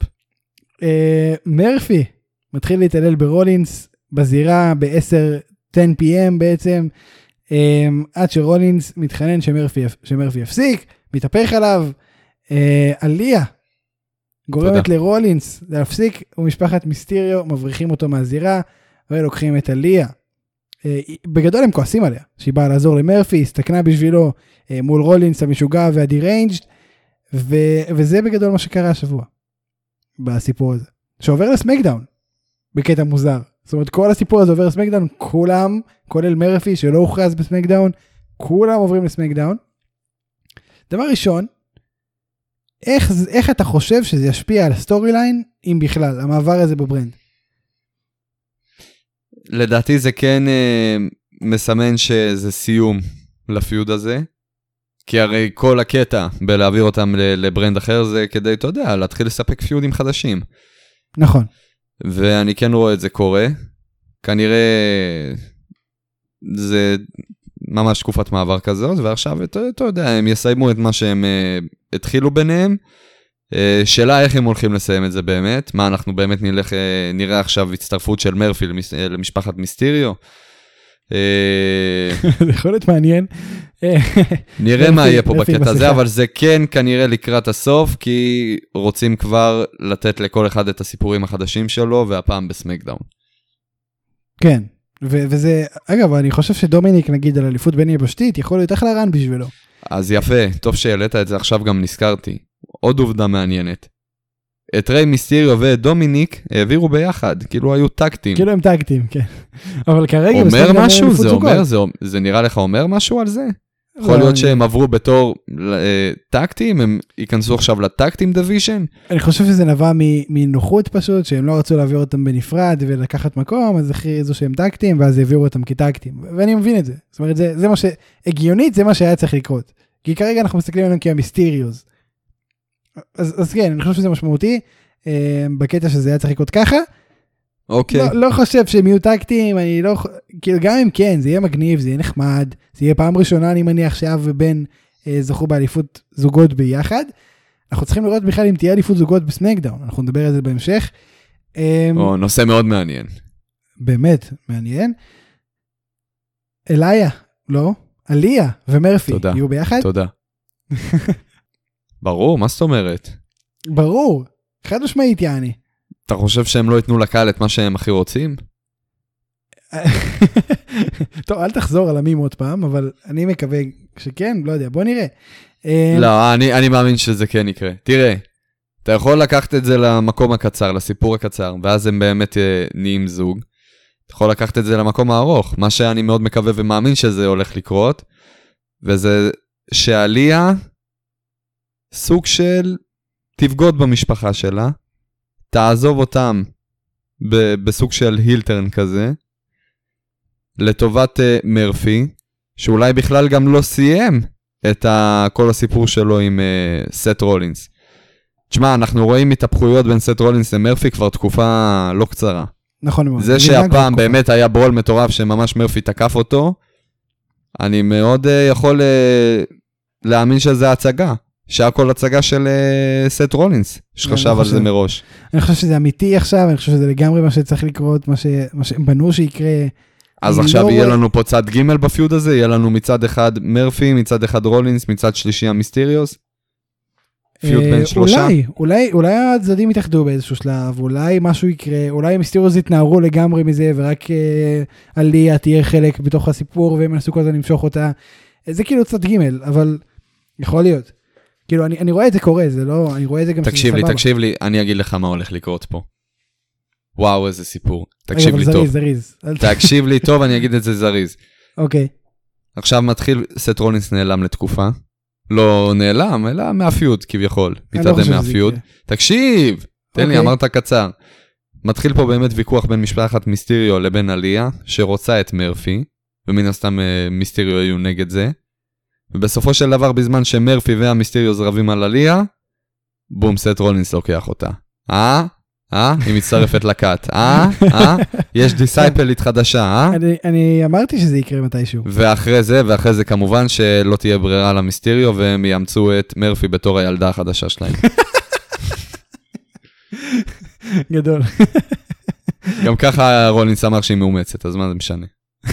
מרפי מתחיל להתעלל ברולינס בזירה ב-עשר עשר פי אם בעצם, עד שרולינס מתחנן שמרפי, שמרפי יפסיק, מתהפך עליו. אליה גורמת לרולינס להפסיק, ומשפחת מיסטריו מבריחים אותו מהזירה, ולוקחים את אליה. בגדול הם כועסים עליה, שהיא באה לעזור למרפי, הסתכנה בשבילו מול רולינס המשוגע והדיריינג'ד, וזה בגדול מה שקרה השבוע, בסיפור הזה, שעובר לסמקדאון, בקטע מוזר. זאת אומרת, כל הסיפור הזה עובר לסמקדאון, כולם, כולל מרפי שלא הוכרז בסמקדאון, כולם עוברים לסמקדאון. דבר ראשון, איך, איך אתה חושב שזה ישפיע על הסטורי ליין, אם בכלל, המעבר הזה בברנד? לדעתי זה כן אה, מסמן שזה סיום לפיוד הזה, כי הרי כל הקטע בלהעביר אותם לברנד אחר זה כדי, אתה יודע, להתחיל לספק פיודים חדשים. נכון. ואני כן רואה את זה קורה, כנראה זה ממש תקופת מעבר כזאת, ועכשיו אתה, אתה יודע, הם יסיימו את מה שהם אה, התחילו ביניהם, שאלה איך הם הולכים לסיים את זה באמת, מה אנחנו באמת נלך, נראה עכשיו הצטרפות של מרפי למשפחת מיסטריו. זה יכול להיות מעניין. נראה מה יהיה פה בקטע הזה, אבל זה כן כנראה לקראת הסוף, כי רוצים כבר לתת לכל אחד את הסיפורים החדשים שלו, והפעם בסמקדאון. כן, וזה, אגב, אני חושב שדומיניק נגיד על אליפות בין יבשתית, יכול להיות אחלה רן בשבילו. אז יפה, טוב שהעלית את זה, עכשיו גם נזכרתי. עוד עובדה מעניינת. את ריי מיסטריו ודומיניק העבירו ביחד, כאילו היו טקטים. כאילו הם טקטים, כן. אבל כרגע... אומר משהו? זה אומר, זה, זה נראה לך אומר משהו על זה? לא, יכול להיות אני... שהם עברו בתור אה, טקטים, הם ייכנסו עכשיו לטקטים דיוויז'ן? אני חושב שזה נבע מנוחות פשוט, שהם לא רצו להעביר אותם בנפרד ולקחת מקום, אז הכריזו שהם טקטים, ואז העבירו אותם כטקטים. ואני מבין את זה. זאת אומרת, זה, זה מה ש... הגיונית זה מה שהיה צריך לקרות. כי כרגע אנחנו מסתכלים עליהם כהמיסטריוז. אז, אז כן, אני חושב שזה משמעותי, אה, בקטע שזה היה צריך לקרות ככה. אוקיי. לא, לא חושב שהם יהיו טקטים, אני לא, כאילו גם אם כן, זה יהיה מגניב, זה יהיה נחמד, זה יהיה פעם ראשונה, אני מניח שאב ובן אה, זכו באליפות זוגות ביחד. אנחנו צריכים לראות בכלל אם תהיה אליפות זוגות בסמקדאון, אנחנו נדבר על זה בהמשך. אה, או, נושא מאוד מעניין. באמת, מעניין. אליה, לא? אליה ומרפי, תודה. יהיו ביחד? תודה. ברור, מה זאת אומרת? ברור, חד משמעית יעני. אתה חושב שהם לא ייתנו לקהל את מה שהם הכי רוצים? טוב, אל תחזור על המים עוד פעם, אבל אני מקווה שכן, לא יודע, בוא נראה. לא, אני, אני מאמין שזה כן יקרה. תראה, אתה יכול לקחת את זה למקום הקצר, לסיפור הקצר, ואז הם באמת נהיים זוג. אתה יכול לקחת את זה למקום הארוך, מה שאני מאוד מקווה ומאמין שזה הולך לקרות, וזה שעליה סוג של תבגוד במשפחה שלה, תעזוב אותם ב- בסוג של הילטרן כזה, לטובת uh, מרפי, שאולי בכלל גם לא סיים את ה- כל הסיפור שלו עם uh, סט רולינס. תשמע, אנחנו רואים התהפכויות בין סט רולינס למרפי כבר תקופה לא קצרה. נכון. זה שהפעם באמת היה ברול מטורף שממש מרפי תקף אותו, אני מאוד uh, יכול uh, להאמין שזה הצגה. שהכל הצגה של uh, סט רולינס, שחשב על זה מראש. אני חושב שזה אמיתי עכשיו, אני חושב שזה לגמרי מה שצריך לקרות, מה, ש... מה שהם בנו שיקרה. אז עכשיו לא יהיה רואה... לנו פה צד ג' בפיוד הזה, יהיה לנו מצד אחד מרפי, מצד אחד רולינס, מצד שלישי המיסטריוס. פיוט בין שלושה? אולי, אולי, אולי הצדדים יתאחדו באיזשהו שלב, אולי משהו יקרה, אולי מיסטריוס יתנערו לגמרי מזה, ורק עליה תהיה חלק בתוך הסיפור, והם ינסו כל הזמן למשוך אותה. זה כאילו צד ג', אבל יכול להיות. כאילו, אני, אני רואה את זה קורה, זה לא, אני רואה את זה גם... תקשיב לי, תקשיב לי, אני אגיד לך מה הולך לקרות פה. וואו, איזה סיפור. תקשיב רגע, לי זריז, טוב. זריז. תקשיב לי טוב, אני אגיד את זה זריז. אוקיי. עכשיו מתחיל, סט רולינס נעלם לתקופה. לא נעלם, אלא מהפיוד כביכול. מתעדם מהפיוד. תקשיב, תן לי, אמרת קצר. מתחיל פה באמת ויכוח בין משפחת מיסטריו לבין עליה, שרוצה את מרפי, ומן הסתם מיסטריו היו נגד זה. ובסופו של דבר, בזמן שמרפי והמיסטריו זרבים על עליה, בום, סט רולינס לוקח אותה. אה? אה? היא מצטרפת לקאט. אה? אה? יש דיסייפלית חדשה, אה? אני, אני אמרתי שזה יקרה מתישהו. ואחרי זה, ואחרי זה כמובן שלא תהיה ברירה למיסטריו, והם יאמצו את מרפי בתור הילדה החדשה שלהם. גדול. גם ככה רולינס אמר שהיא מאומצת, אז מה זה משנה?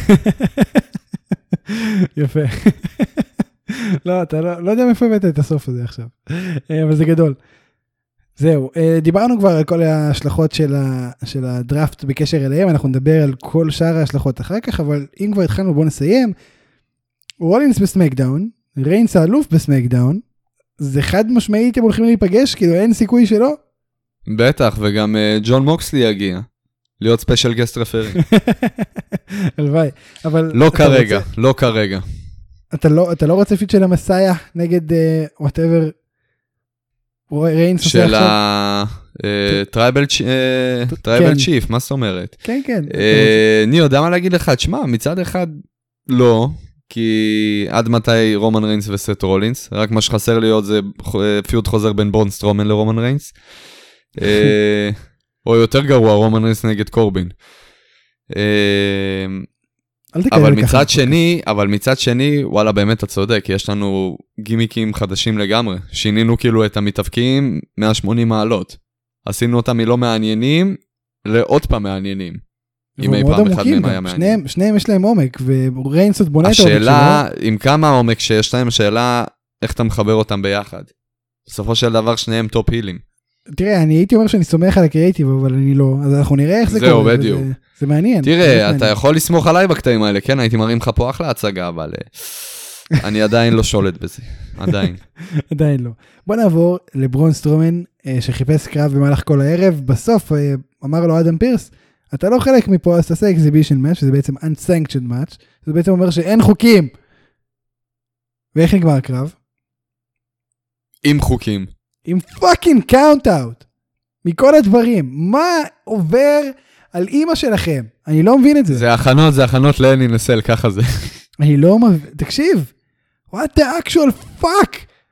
יפה. לא, אתה לא, לא יודע מאיפה הבאת את הסוף הזה עכשיו. אבל זה גדול. זהו, דיברנו כבר על כל ההשלכות של, ה, של הדראפט בקשר אליהם, אנחנו נדבר על כל שאר ההשלכות אחר כך, אבל אם כבר התחלנו בוא נסיים, רולינס בסמקדאון, ריינס האלוף בסמקדאון, זה חד משמעית הם הולכים להיפגש, כאילו אין סיכוי שלא? בטח, וגם uh, ג'ון מוקסלי יגיע, להיות ספיישל גסט רפרי. הלוואי, אבל... לא כרגע, רוצה... לא כרגע. אתה לא, אתה לא רוצה פיוט של המסאיה נגד uh, whatever... של הטרייבל צ'יף, מה זאת אומרת? כן, כן. אני יודע מה להגיד לך, תשמע, מצד אחד לא, כי עד מתי רומן ריינס וסט רולינס, רק מה שחסר להיות זה פיוט חוזר בין ברון סטרומן לרומן ריינס, או יותר גרוע, רומן ריינס נגד קורבין. אבל מצד שני, אבל מצד שני, וואלה, באמת אתה צודק, יש לנו גימיקים חדשים לגמרי. שינינו כאילו את המתאבקים מאה ושמונים מעלות. עשינו אותם מלא מעניינים, לעוד פעם מעניינים. אם אי פעם אחד מהם היה מעניין. שניהם, שניהם יש להם עומק, וריינס עוד בונה את העומק שלו. השאלה, עם כמה עומק שיש להם, השאלה, איך אתה מחבר אותם ביחד. בסופו של דבר, שניהם טופ הילים. תראה, אני הייתי אומר שאני סומך על הקריאיטיב, אבל אני לא. אז אנחנו נראה איך זה קורה. זהו, בדיוק. זה מעניין. תראה, אתה יכול לסמוך עליי בקטעים האלה, כן? הייתי מרים לך פה אחלה הצגה, אבל אני עדיין לא שולט בזה. עדיין. עדיין לא. בוא נעבור לברון סטרומן, שחיפש קרב במהלך כל הערב. בסוף אמר לו אדם פירס, אתה לא חלק מפה, אז תעשה אקזיבישן מאץ', שזה בעצם unsanctioned match. זה בעצם אומר שאין חוקים. ואיך נגמר הקרב? עם חוקים. עם פאקינג קאונט-אאוט. מכל הדברים. מה עובר על אמא שלכם? אני לא מבין את זה. זה הכנות, זה הכנות לאני נסל, ככה זה. אני לא מבין. תקשיב. What the actual fuck?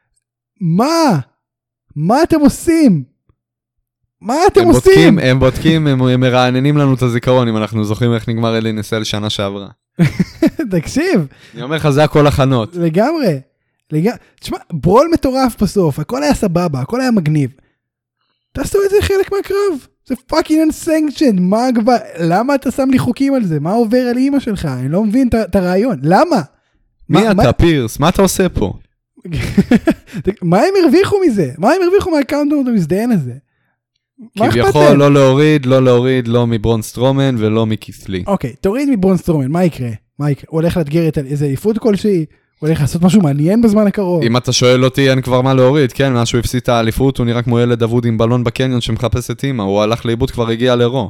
מה? מה אתם עושים? מה אתם הם עושים? בודקים, הם בודקים, הם מרעננים לנו את הזיכרון, אם אנחנו זוכרים איך נגמר אלי נסל שנה שעברה. תקשיב. אני אומר לך, זה הכל הכנות. לגמרי. לגמרי. תשמע, ברול מטורף בסוף, הכל היה סבבה, הכל היה מגניב. תעשו את זה חלק מהקרב. זה פאקינג unsanctioned, מה כבר, למה אתה שם לי חוקים על זה? מה עובר על אמא שלך? אני לא מבין את הרעיון. למה? מי אתה, פירס? מה אתה עושה פה? מה הם הרוויחו מזה? מה הם הרוויחו מהקאונטאוט המזדיין הזה? כביכול לא להוריד, לא להוריד, לא מברון סטרומן ולא מכיסלי. אוקיי, תוריד מברון סטרומן, מה יקרה? מה יקרה? הוא הולך לאתגר את איזה אליפות כלשהי? הוא הולך לעשות משהו מעניין בזמן הקרוב? אם אתה שואל אותי, אין כבר מה להוריד, כן, מאז שהוא הפסיד את האליפות, הוא נראה כמו ילד אבוד עם בלון בקניון שמחפש את אמא, הוא הלך לאיבוד, כבר הגיע לרו.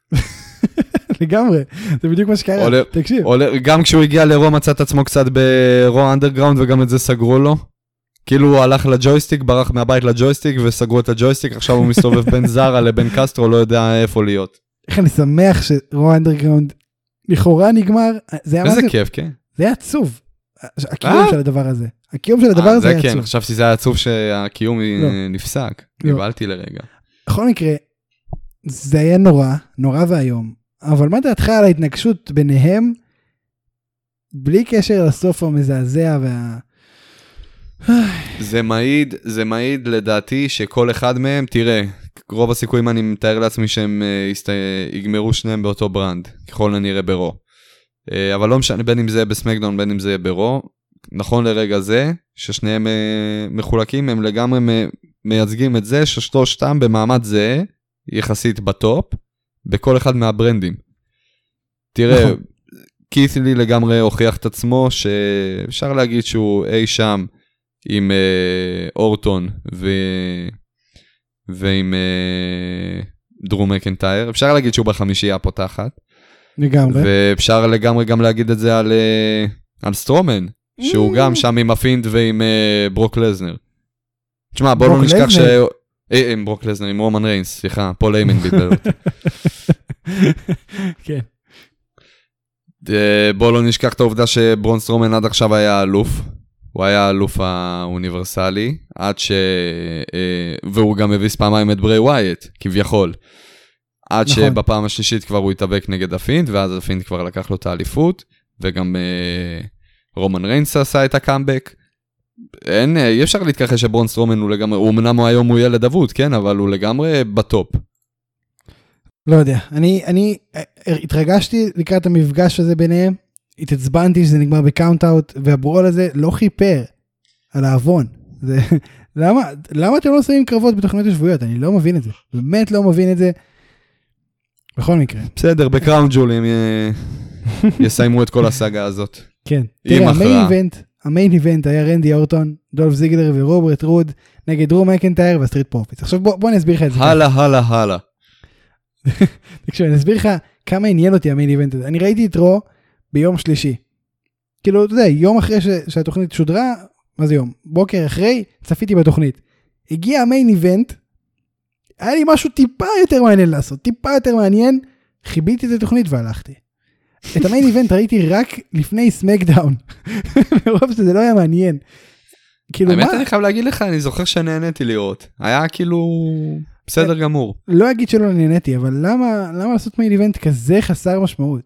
לגמרי, זה בדיוק מה שקרה, תקשיב. גם כשהוא הגיע לרו, מצא את עצמו קצת ברו אנדרגראונד, וגם את זה סגרו לו. כאילו הוא הלך לג'ויסטיק, ברח מהבית לג'ויסטיק, וסגרו את הג'ויסטיק, עכשיו הוא מסתובב בין זרה לבין קסטרו, לא יודע איפה להיות. איך אני שמח שרו אנדרגראונד לכאורה נגמר. איזה כיף, כן. זה היה עצוב. הקיום של הדבר הזה. הקיום של הדבר הזה היה עצוב. זה כן, חשבתי שזה היה עצוב שהקיום נפסק. קיבלתי לרגע. בכל מקרה, זה היה נורא, נורא והיום. אבל מה דעתך על ההתנגשות ביניהם, בלי קשר לסוף המזעזע וה... זה מעיד, זה מעיד לדעתי שכל אחד מהם, תראה, רוב הסיכויים אני מתאר לעצמי שהם יגמרו שניהם באותו ברנד, ככל הנראה ברו. אבל לא משנה, בין אם זה בסמקדאון, בין אם זה ברו, נכון לרגע זה, ששניהם מחולקים, הם לגמרי מייצגים את זה, ששלושתם במעמד זה, יחסית בטופ, בכל אחד מהברנדים. תראה, נכון. קית'לי לגמרי הוכיח את עצמו, שאפשר להגיד שהוא אי שם, עם אה, אורטון ו... ועם אה, דרו מקנטייר. אפשר להגיד שהוא בחמישייה הפותחת. לגמרי. ואפשר לגמרי גם להגיד את זה על, אה, על סטרומן, שהוא גם שם עם הפינד ועם אה, ברוק לזנר. תשמע, בוא לא נשכח ש... אה, עם ברוק לזנר, עם רומן ריינס, סליחה, פול איימן ביטל אותי. כן. בוא לא נשכח את העובדה שברון סטרומן עד עכשיו היה אלוף. הוא היה האלוף האוניברסלי, עד ש... והוא גם הביס פעמיים את ברי ווייט, כביכול. עד נכון. שבפעם השלישית כבר הוא התאבק נגד הפינד, ואז הפינד כבר לקח לו את האליפות, וגם אה, רומן ריינס עשה את הקאמבק. אין, אי אפשר להתכחש שברון סטרומן הוא לגמרי, הוא אמנם היום הוא ילד אבוד, כן, אבל הוא לגמרי בטופ. לא יודע, אני, אני התרגשתי לקראת המפגש הזה ביניהם, התעצבנתי שזה נגמר בקאונט-אוט, והברול הזה לא חיפר על האבון. זה, למה, למה אתם לא עושים קרבות בתוכניות השבועיות? אני לא מבין את זה. באמת לא מבין את זה. בכל מקרה. בסדר, בקראון ג'ול הם יסיימו את כל הסאגה הזאת. כן. תראה, המיין איבנט, המיין איבנט היה רנדי אורטון, דולף זיגלר ורוברט רוד, נגד דרו מקנטייר והסטריט פרופיטס. עכשיו בוא, בוא נסביר לך את זה. הלאה, הלאה, הלאה. תקשיב, אני אסביר לך כמה עניין אותי המיין איבנט הזה. אני ראיתי את רו ביום שלישי. כאילו, אתה יודע, יום אחרי ש, שהתוכנית שודרה, מה זה יום? בוקר אחרי, צפיתי בתוכנית. הגיע המיין איבנט, היה לי משהו טיפה יותר מעניין לעשות, טיפה יותר מעניין, חיביתי את התוכנית והלכתי. את המיין איבנט ראיתי רק לפני סמקדאון, מרוב שזה לא היה מעניין. כאילו האמת מה? אני חייב להגיד לך, אני זוכר שנהניתי לראות. היה כאילו בסדר גמור. לא אגיד שלא נהניתי, אבל למה, למה לעשות מיין איבנט כזה חסר משמעות?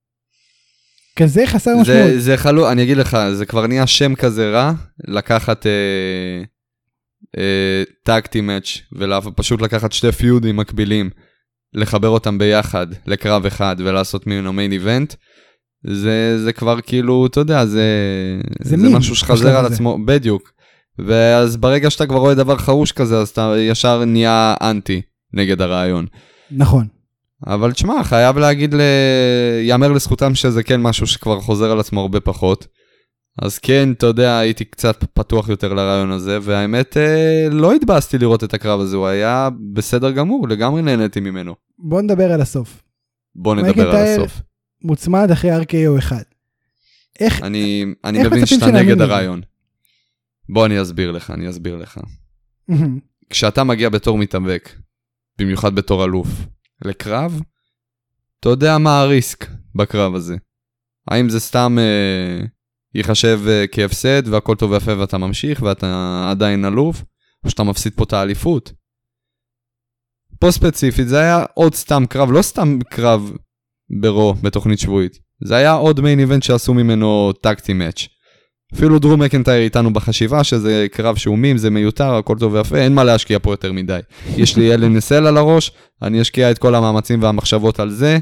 כזה חסר משמעות. זה, זה חלו, אני אגיד לך, זה כבר נהיה שם כזה רע, לקחת אה, אה, טאקטי מאץ' ופשוט לקחת שתי פיודים מקבילים, לחבר אותם ביחד לקרב אחד ולעשות ממנו מיין איבנט, זה, זה כבר כאילו, אתה יודע, זה, זה, זה משהו שחזר על עצמו, בדיוק. ואז ברגע שאתה כבר רואה דבר חרוש כזה, אז אתה ישר נהיה אנטי נגד הרעיון. נכון. אבל תשמע, חייב להגיד, ל... יאמר לזכותם שזה כן משהו שכבר חוזר על עצמו הרבה פחות. אז כן, אתה יודע, הייתי קצת פתוח יותר לרעיון הזה, והאמת לא התבאסתי לראות את הקרב הזה, הוא היה בסדר גמור, לגמרי נהניתי ממנו. בוא נדבר על הסוף. בוא נדבר על הסוף. מוצמד אחרי אר קיי או אחד. איך, אני, אני איך מבין שאתה נגד הרעיון. בוא אני אסביר לך, אני אסביר לך. כשאתה מגיע בתור מתאבק, במיוחד בתור אלוף, לקרב, אתה יודע מה הריסק בקרב הזה. האם זה סתם אה, ייחשב אה, כהפסד והכל טוב ויפה ואתה ממשיך ואתה עדיין אלוף, או שאתה מפסיד פה את האליפות. פה ספציפית זה היה עוד סתם קרב, לא סתם קרב ברו בתוכנית שבועית. זה היה עוד מיין איבנט שעשו ממנו טקטי מאץ'. אפילו דרו מקנטייר איתנו בחשיבה שזה קרב שהוא מים, זה מיותר, הכל טוב ויפה, אין מה להשקיע פה יותר מדי. יש לי אלן נסל על הראש, אני אשקיע את כל המאמצים והמחשבות על זה,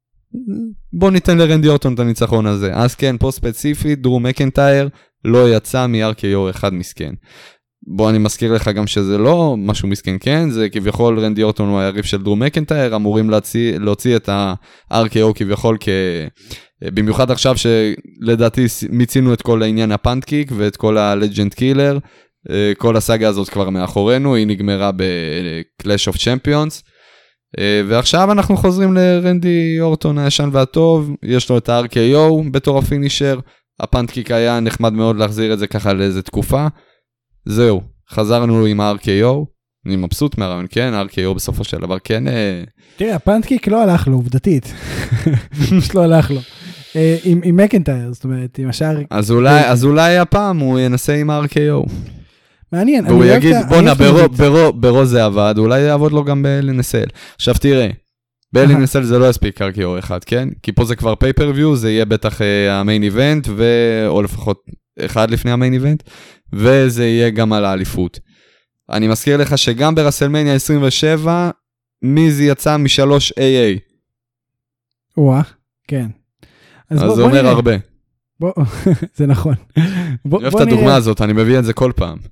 בוא ניתן לרנדי אורטון את הניצחון הזה. אז כן, פה ספציפית, דרו מקנטייר לא יצא מ-אר קיי או אחד מסכן. בוא אני מזכיר לך גם שזה לא משהו מסכן, כן? זה כביכול רנדי אורטון הוא היריב של דרו מקנטייר, אמורים להוציא, להוציא את ה-אר קיי או כביכול כ... במיוחד עכשיו שלדעתי מיצינו את כל העניין הפאנטקיק ואת כל הלג'נד קילר, כל הסאגה הזאת כבר מאחורינו, היא נגמרה ב-Clash of Champions, ועכשיו אנחנו חוזרים לרנדי אורטון הישן והטוב, יש לו את ה-אר קיי או בתור הפינישר, הפאנטקיק היה נחמד מאוד להחזיר את זה ככה לאיזה תקופה, זהו, חזרנו עם ה-אר קיי או, אני מבסוט מהרעיון, כן, ה-אר קיי או בסופו של דבר, כן. תראה, הפאנטקיק לא הלך לו, עובדתית, פשוט לא הלך לו. עם מקנטייר, זאת אומרת, עם השאר... אז אולי הפעם הוא ינסה עם ה-אר קיי או. מעניין. והוא יגיד, בונה, ברו זה עבד, אולי יעבוד לו גם באלן נסל. עכשיו תראה, באלן נסל זה לא יספיק אר קיי או אחד, כן? כי פה זה כבר פייפריוויו, זה יהיה בטח המיין איבנט, או לפחות אחד לפני המיין איבנט, וזה יהיה גם על האליפות. אני מזכיר לך שגם ברסלמניה עשרים ושבע, מיזי יצא מ-שלוש איי איי. וואה, כן. אז זה אומר הרבה. בוא, זה נכון. אני אוהב את הדוגמה הזאת, אני מביא את זה כל פעם.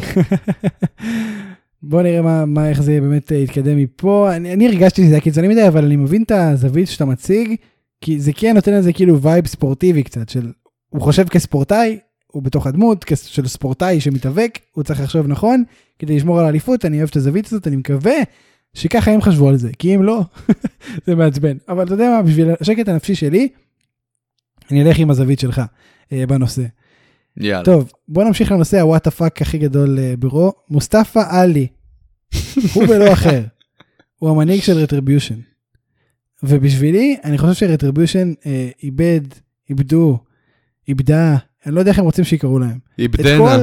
בוא נראה מה, מה, איך זה באמת יתקדם מפה. אני, אני הרגשתי שזה היה קיצוני מדי, אבל אני מבין את הזווית שאתה מציג, כי זה כן נותן לזה כאילו וייב ספורטיבי קצת, של, הוא חושב כספורטאי, הוא בתוך הדמות של ספורטאי שמתאבק, הוא צריך לחשוב נכון, כדי לשמור על האליפות. אני אוהב את הזווית הזאת, אני מקווה שככה הם חשבו על זה, כי אם לא, זה מעצבן. אבל אתה יודע מה, בשביל השקט הנפשי שלי, אני אלך עם הזווית שלך אה, בנושא. יאללה. טוב, בוא נמשיך לנושא הוואט הפאק הכי גדול אה, ברו. מוסטפא עלי, הוא ולא אחר, הוא המנהיג של רטריביושן. ובשבילי, אני חושב שרטריביושן אה, איבד, איבדו, איבדה, אני לא יודע איך הם רוצים שיקראו להם. איבדנה.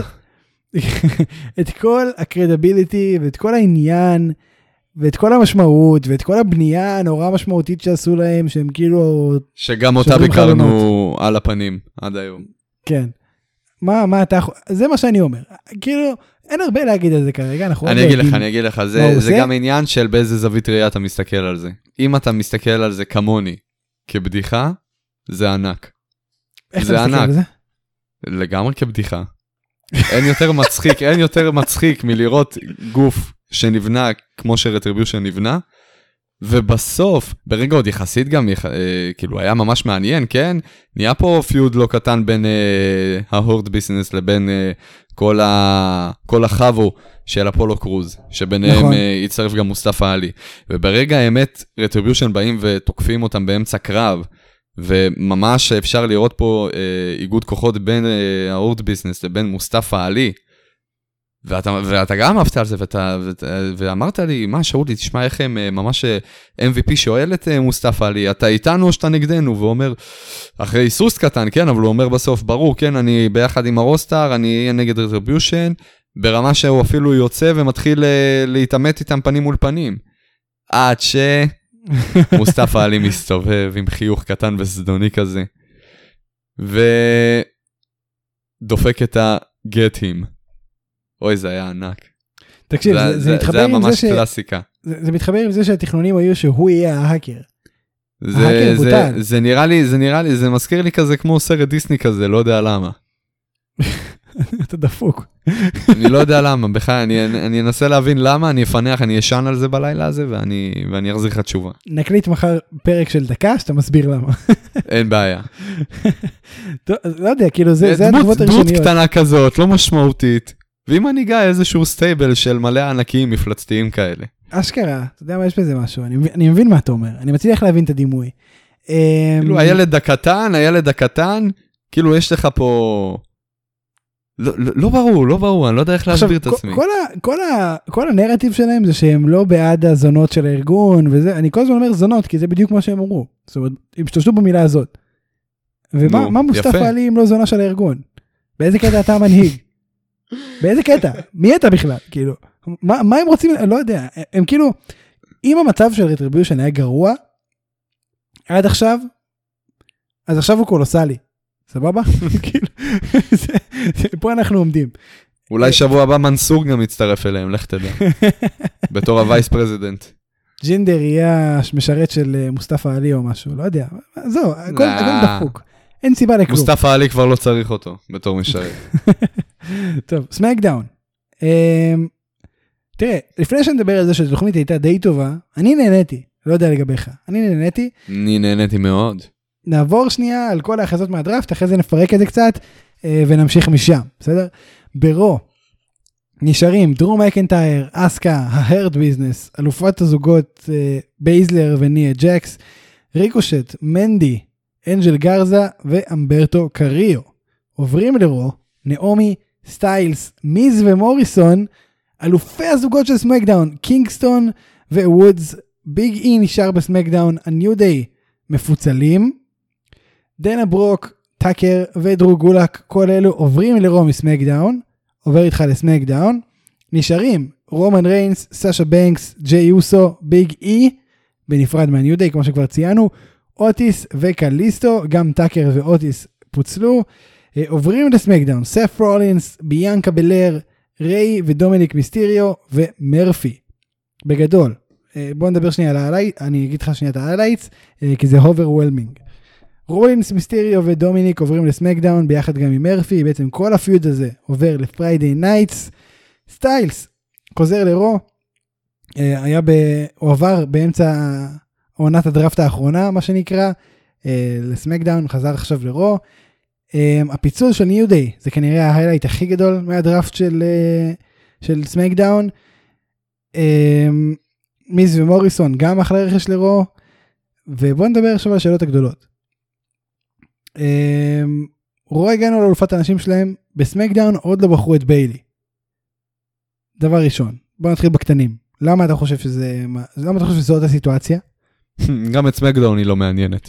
את כל הקרדיביליטי ואת כל העניין ואת כל המשמעות ואת כל הבנייה הנורא משמעותית שעשו להם, שהם כאילו... שגם אותה ביקרנו על הפנים עד היום. כן. מה, מה אתה... זה מה שאני אומר. כאילו, אין הרבה להגיד על זה כרגע. אני אגיד לך, אני אגיד לך. זה, זה גם עניין של באיזה זווית ראייה אתה מסתכל על זה. אם אתה מסתכל על זה כמוני, כבדיחה, זה ענק. איך אתה מסתכל על זה? לגמרי כבדיחה. אין יותר מצחיק, אין יותר מצחיק מלראות גוף שנבנה כמו שרטריביושן נבנה, ובסוף, ברגע עוד יחסית גם, יח... אה, כאילו היה ממש מעניין, כן? נהיה פה פיוד לא קטן בין אה, ההורד ביזנס לבין אה, כל, ה... כל החבו של אפולו קרוז, שביניהם נכון. אה, יצטרף גם מוסטפא עלי. וברגע האמת, רטריביושן באים ותוקפים אותם באמצע קרב, וממש אפשר לראות פה אה, איגוד כוחות בין אה, ההורד ביזנס לבין מוסטפא עלי, ואתה, ואתה גם אהבת על זה, ואתה, ואתה, ואמרת לי, מה, שאולי, תשמע איך הם ממש אם וי פי שואל את מוסטפא עלי, אתה איתנו או שאתה נגדנו? והוא אומר, אחרי היסוס קטן, כן, אבל הוא אומר בסוף, ברור, כן, אני ביחד עם הרוסטר, אני אהיה נגד רטריביושן, ברמה שהוא אפילו יוצא ומתחיל להתאמת איתם פנים מול פנים. עד ש... מוסטפא עלי מסתובב עם חיוך קטן וסדוני כזה, ודופק את ה-get him. אוי, זה היה ענק. תקשיב, זה, זה, זה מתחבר זה עם ממש זה ש... קלאסיקה. זה, זה מתחבר עם זה שהתכנונים היו שהוא יהיה ההאקר. זה, ההאקר זה, בוטל. זה נראה לי, זה נראה לי, זה מזכיר לי כזה כמו סרט דיסני כזה, לא יודע למה. אתה דפוק. אני לא יודע למה, בכלל, אני, אני אנסה להבין למה, אני אפנח, אני ישן על זה בלילה הזה, ואני, ואני אחזיר לך תשובה. נקליט מחר פרק של דקה, שאתה מסביר למה. אין בעיה. טוב, לא יודע, כאילו, זה, זה התגובות הראשוניות. דמות קטנה כזאת, לא משמעותית. ואם אני אגע איזשהו סטייבל של מלא ענקים מפלצתיים כאלה. אשכרה, אתה יודע מה, יש בזה משהו, אני, אני מבין מה אתה אומר, אני מצליח להבין את הדימוי. כאילו, הילד הקטן, הילד הקטן, כאילו, יש לך פה... לא, לא, לא ברור, לא ברור, אני לא יודע איך להסביר את עצמי. כל, ה, כל, ה, כל הנרטיב שלהם זה שהם לא בעד הזונות של הארגון, וזה, אני כל הזמן אומר זונות, כי זה בדיוק מה שהם אמרו. זאת אומרת, הם שתשתו במילה הזאת. ומה נו, מה מוסטפא עלי אם לא זונה של הארגון? באיזה קטע אתה מנהיג? באיזה קטע? מי אתה בכלל? כאילו, מה, מה הם רוצים? אני לא יודע. הם כאילו, אם המצב של רטריביושן היה גרוע, עד עכשיו, אז עכשיו הוא קולוסלי. סבבה? כאילו, פה אנחנו עומדים. אולי שבוע הבא מנסור גם יצטרף אליהם, לך תדע. בתור הווייס פרזידנט. ג'ינדר יהיה משרת של מוסטפא עלי או משהו, לא יודע. זהו, הכל דפוק. אין סיבה לכלום. מוסטפא עלי כבר לא צריך אותו, בתור משרת. טוב, סמקדאון. תראה, לפני שנדבר על זה שהתוכנית הייתה די טובה, אני נהניתי, לא יודע לגביך. אני נהניתי. אני נהניתי מאוד. נעבור שנייה על כל ההחזות מהדראפט, אחרי זה נפרק את זה קצת, ונמשיך משם, בסדר? ברו, נשארים דרו מקנטייר, אסקה, ההרד ביזנס, אלופת הזוגות בייזלר וניה ג'קס, ריקושט, מנדי, אנג'ל גרזה ואמברטו קריו. עוברים לרו, נעמי, סטיילס, מיז ומוריסון, אלופי הזוגות של סמקדאון, קינגסטון ווודס, ביג אי נשאר בסמקדאון, הניו דיי מפוצלים, דנה ברוק, טאקר ודרו גולק, כל אלו עוברים לרו מסמקדאון, עובר איתך לסמקדאון, נשארים רומן ריינס, סאשה בנקס, ג'יי אוסו, ביג אי, בנפרד מהניו דיי, כמו שכבר ציינו, אוטיס וקליסטו, גם טאקר ואוטיס פוצלו, עוברים לסמקדאון, סף רולינס, ביאנקה בלר, ריי ודומיניק מיסטיריו ומרפי. בגדול, בוא נדבר שנייה על הלייט, אני אגיד לך שנייה את הלייטס, כי זה overwhelming. רולינס, מיסטריו ודומיניק עוברים לסמקדאון ביחד גם עם מרפי, בעצם כל הפיוד הזה עובר לפריידי נייטס, סטיילס חוזר לרו, היה ב... הוא עבר באמצע עונת הדראפט האחרונה, מה שנקרא, לסמקדאון, חזר עכשיו לרו, הפיצול של ניו דיי, זה כנראה ההיילייט הכי גדול מהדראפט של, של סמקדאון, מיז ומוריסון גם אחלה רכש לרו, ובואו נדבר עכשיו על השאלות הגדולות. רו הגענו לאלופת האנשים שלהם, בסמקדאון עוד לא בחרו את ביילי. דבר ראשון, בואו נתחיל בקטנים. למה אתה חושב שזה, למה אתה חושב שזאת הסיטואציה? גם את סמקדאון היא לא מעניינת.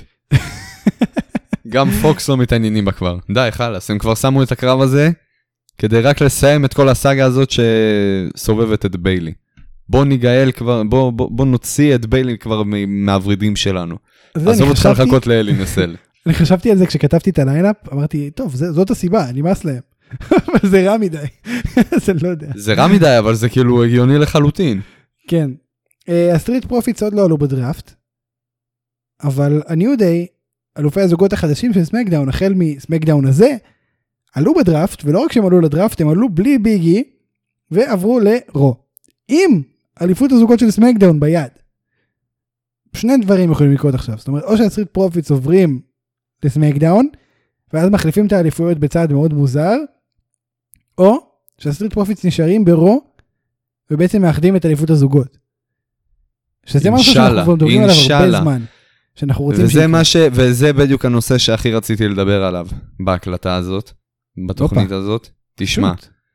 גם פוקס לא מתעניינים בה כבר. די, חלס, הם כבר שמו את הקרב הזה, כדי רק לסיים את כל הסאגה הזאת שסובבת את ביילי. בוא ניגאל כבר, בוא, בוא, בוא נוציא את ביילי כבר מהוורידים שלנו. עזוב אותך לחכות לאלי נסל. אני חשבתי על זה כשכתבתי את הליינאפ, אמרתי, טוב, זאת הסיבה, נמאס להם. אבל זה רע מדי. אז אני לא יודע. זה רע מדי, אבל זה כאילו הגיוני לחלוטין. כן. הסטריט פרופיטס עוד לא עלו בדראפט, אבל הניו דיי, אלופי הזוגות החדשים של סמקדאון, החל מסמקדאון הזה, עלו בדראפט, ולא רק שהם עלו לדראפט, הם עלו בלי ביגי, ועברו לרו. עם אליפות הזוגות של סמקדאון ביד. שני דברים יכולים לקרות עכשיו. זאת אומרת, או שהסטריט פרופיטס עוברים לסמקדאון, ואז מחליפים את האליפויות בצעד מאוד מוזר, או שהסטריט פרופיטס נשארים ברו, ובעצם מאחדים את אליפות הזוגות. שזה משהו שאנחנו מדברים עליו הרבה זמן. שאנחנו רוצים וזה, מה ש... וזה בדיוק הנושא שהכי רציתי לדבר עליו, בהקלטה הזאת, בתוכנית הזאת. תשמע,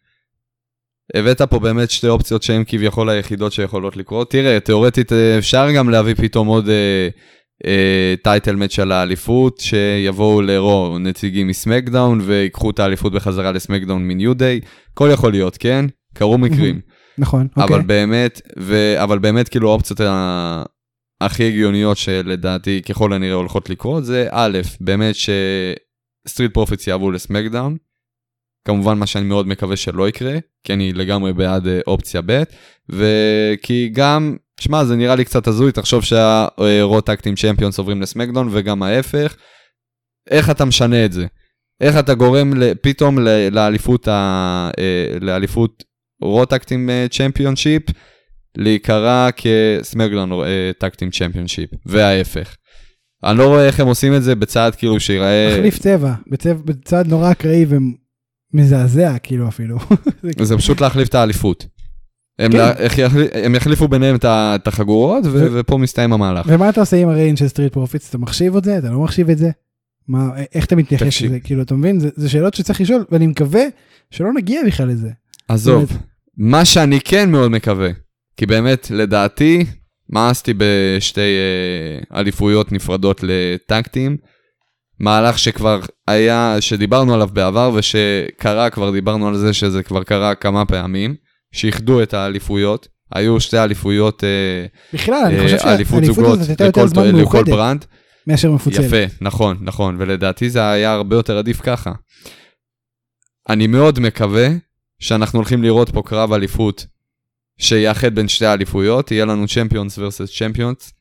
הבאת פה באמת שתי אופציות שהן כביכול היחידות שיכולות לקרות. תראה, תיאורטית אפשר גם להביא פתאום עוד אה, אה, טייטל מאץ' על האליפות, שיבואו לרו נציגים מסמקדאון, ויקחו את האליפות בחזרה לסמקדאון מניו דיי. הכל יכול להיות, כן? קרו מקרים. נכון, אבל אוקיי. באמת, ו... אבל באמת כאילו האופציות ה... הכי הגיוניות שלדעתי ככל הנראה הולכות לקרות, זה א', באמת שסטריט פרופיטס יעברו לסמקדאון, כמובן מה שאני מאוד מקווה שלא יקרה, כי אני לגמרי בעד אופציה ב', וכי גם, תשמע, זה נראה לי קצת הזוי, תחשוב שהרו טאג-טים צ'מפיונס עוברים לסמקדאון, וגם ההפך, איך אתה משנה את זה? איך אתה גורם פתאום לאליפות, לאליפות רו טאג-טים צ'מפיונשיפ, להיקרא כסמקדאון טאג-טים צ'מפיונשיפ, וההפך. אני לא רואה איך הם עושים את זה בצעד כאילו שיראה... מחליף צבע, בצעד נורא אקראי ומזעזע כאילו אפילו. זה פשוט להחליף את האליפות. הם יחליפו ביניהם את החגורות, ופה מסתיים המהלך. ומה אתה עושה עם הריין של סטריט פרופיטס? אתה מחשיב את זה? אתה לא מחשיב את זה? איך אתה מתייחס לזה? כאילו, אתה מבין? זה שאלות שצריך לשאול, ואני מקווה שלא נגיע בכלל לזה. עזוב, מה שאני כן מאוד מקווה, כי באמת, לדעתי, מאסתי בשתי אה, אליפויות נפרדות לטאג-טים, מהלך שכבר היה, שדיברנו עליו בעבר, ושקרה, כבר דיברנו על זה שזה כבר קרה כמה פעמים, שיחדו את האליפויות, היו שתי אליפויות, אה, בכלל, אני חושב שהאליפות זוגות לכל, לכל ברנד, מאשר מפוצל. יפה, נכון, נכון, ולדעתי זה היה הרבה יותר עדיף ככה. אני מאוד מקווה, שאנחנו הולכים לראות פה קרב אליפות, שיאחד בין שתי האליפויות, יהיה לנו צ'מפיונס versus צ'מפיונס,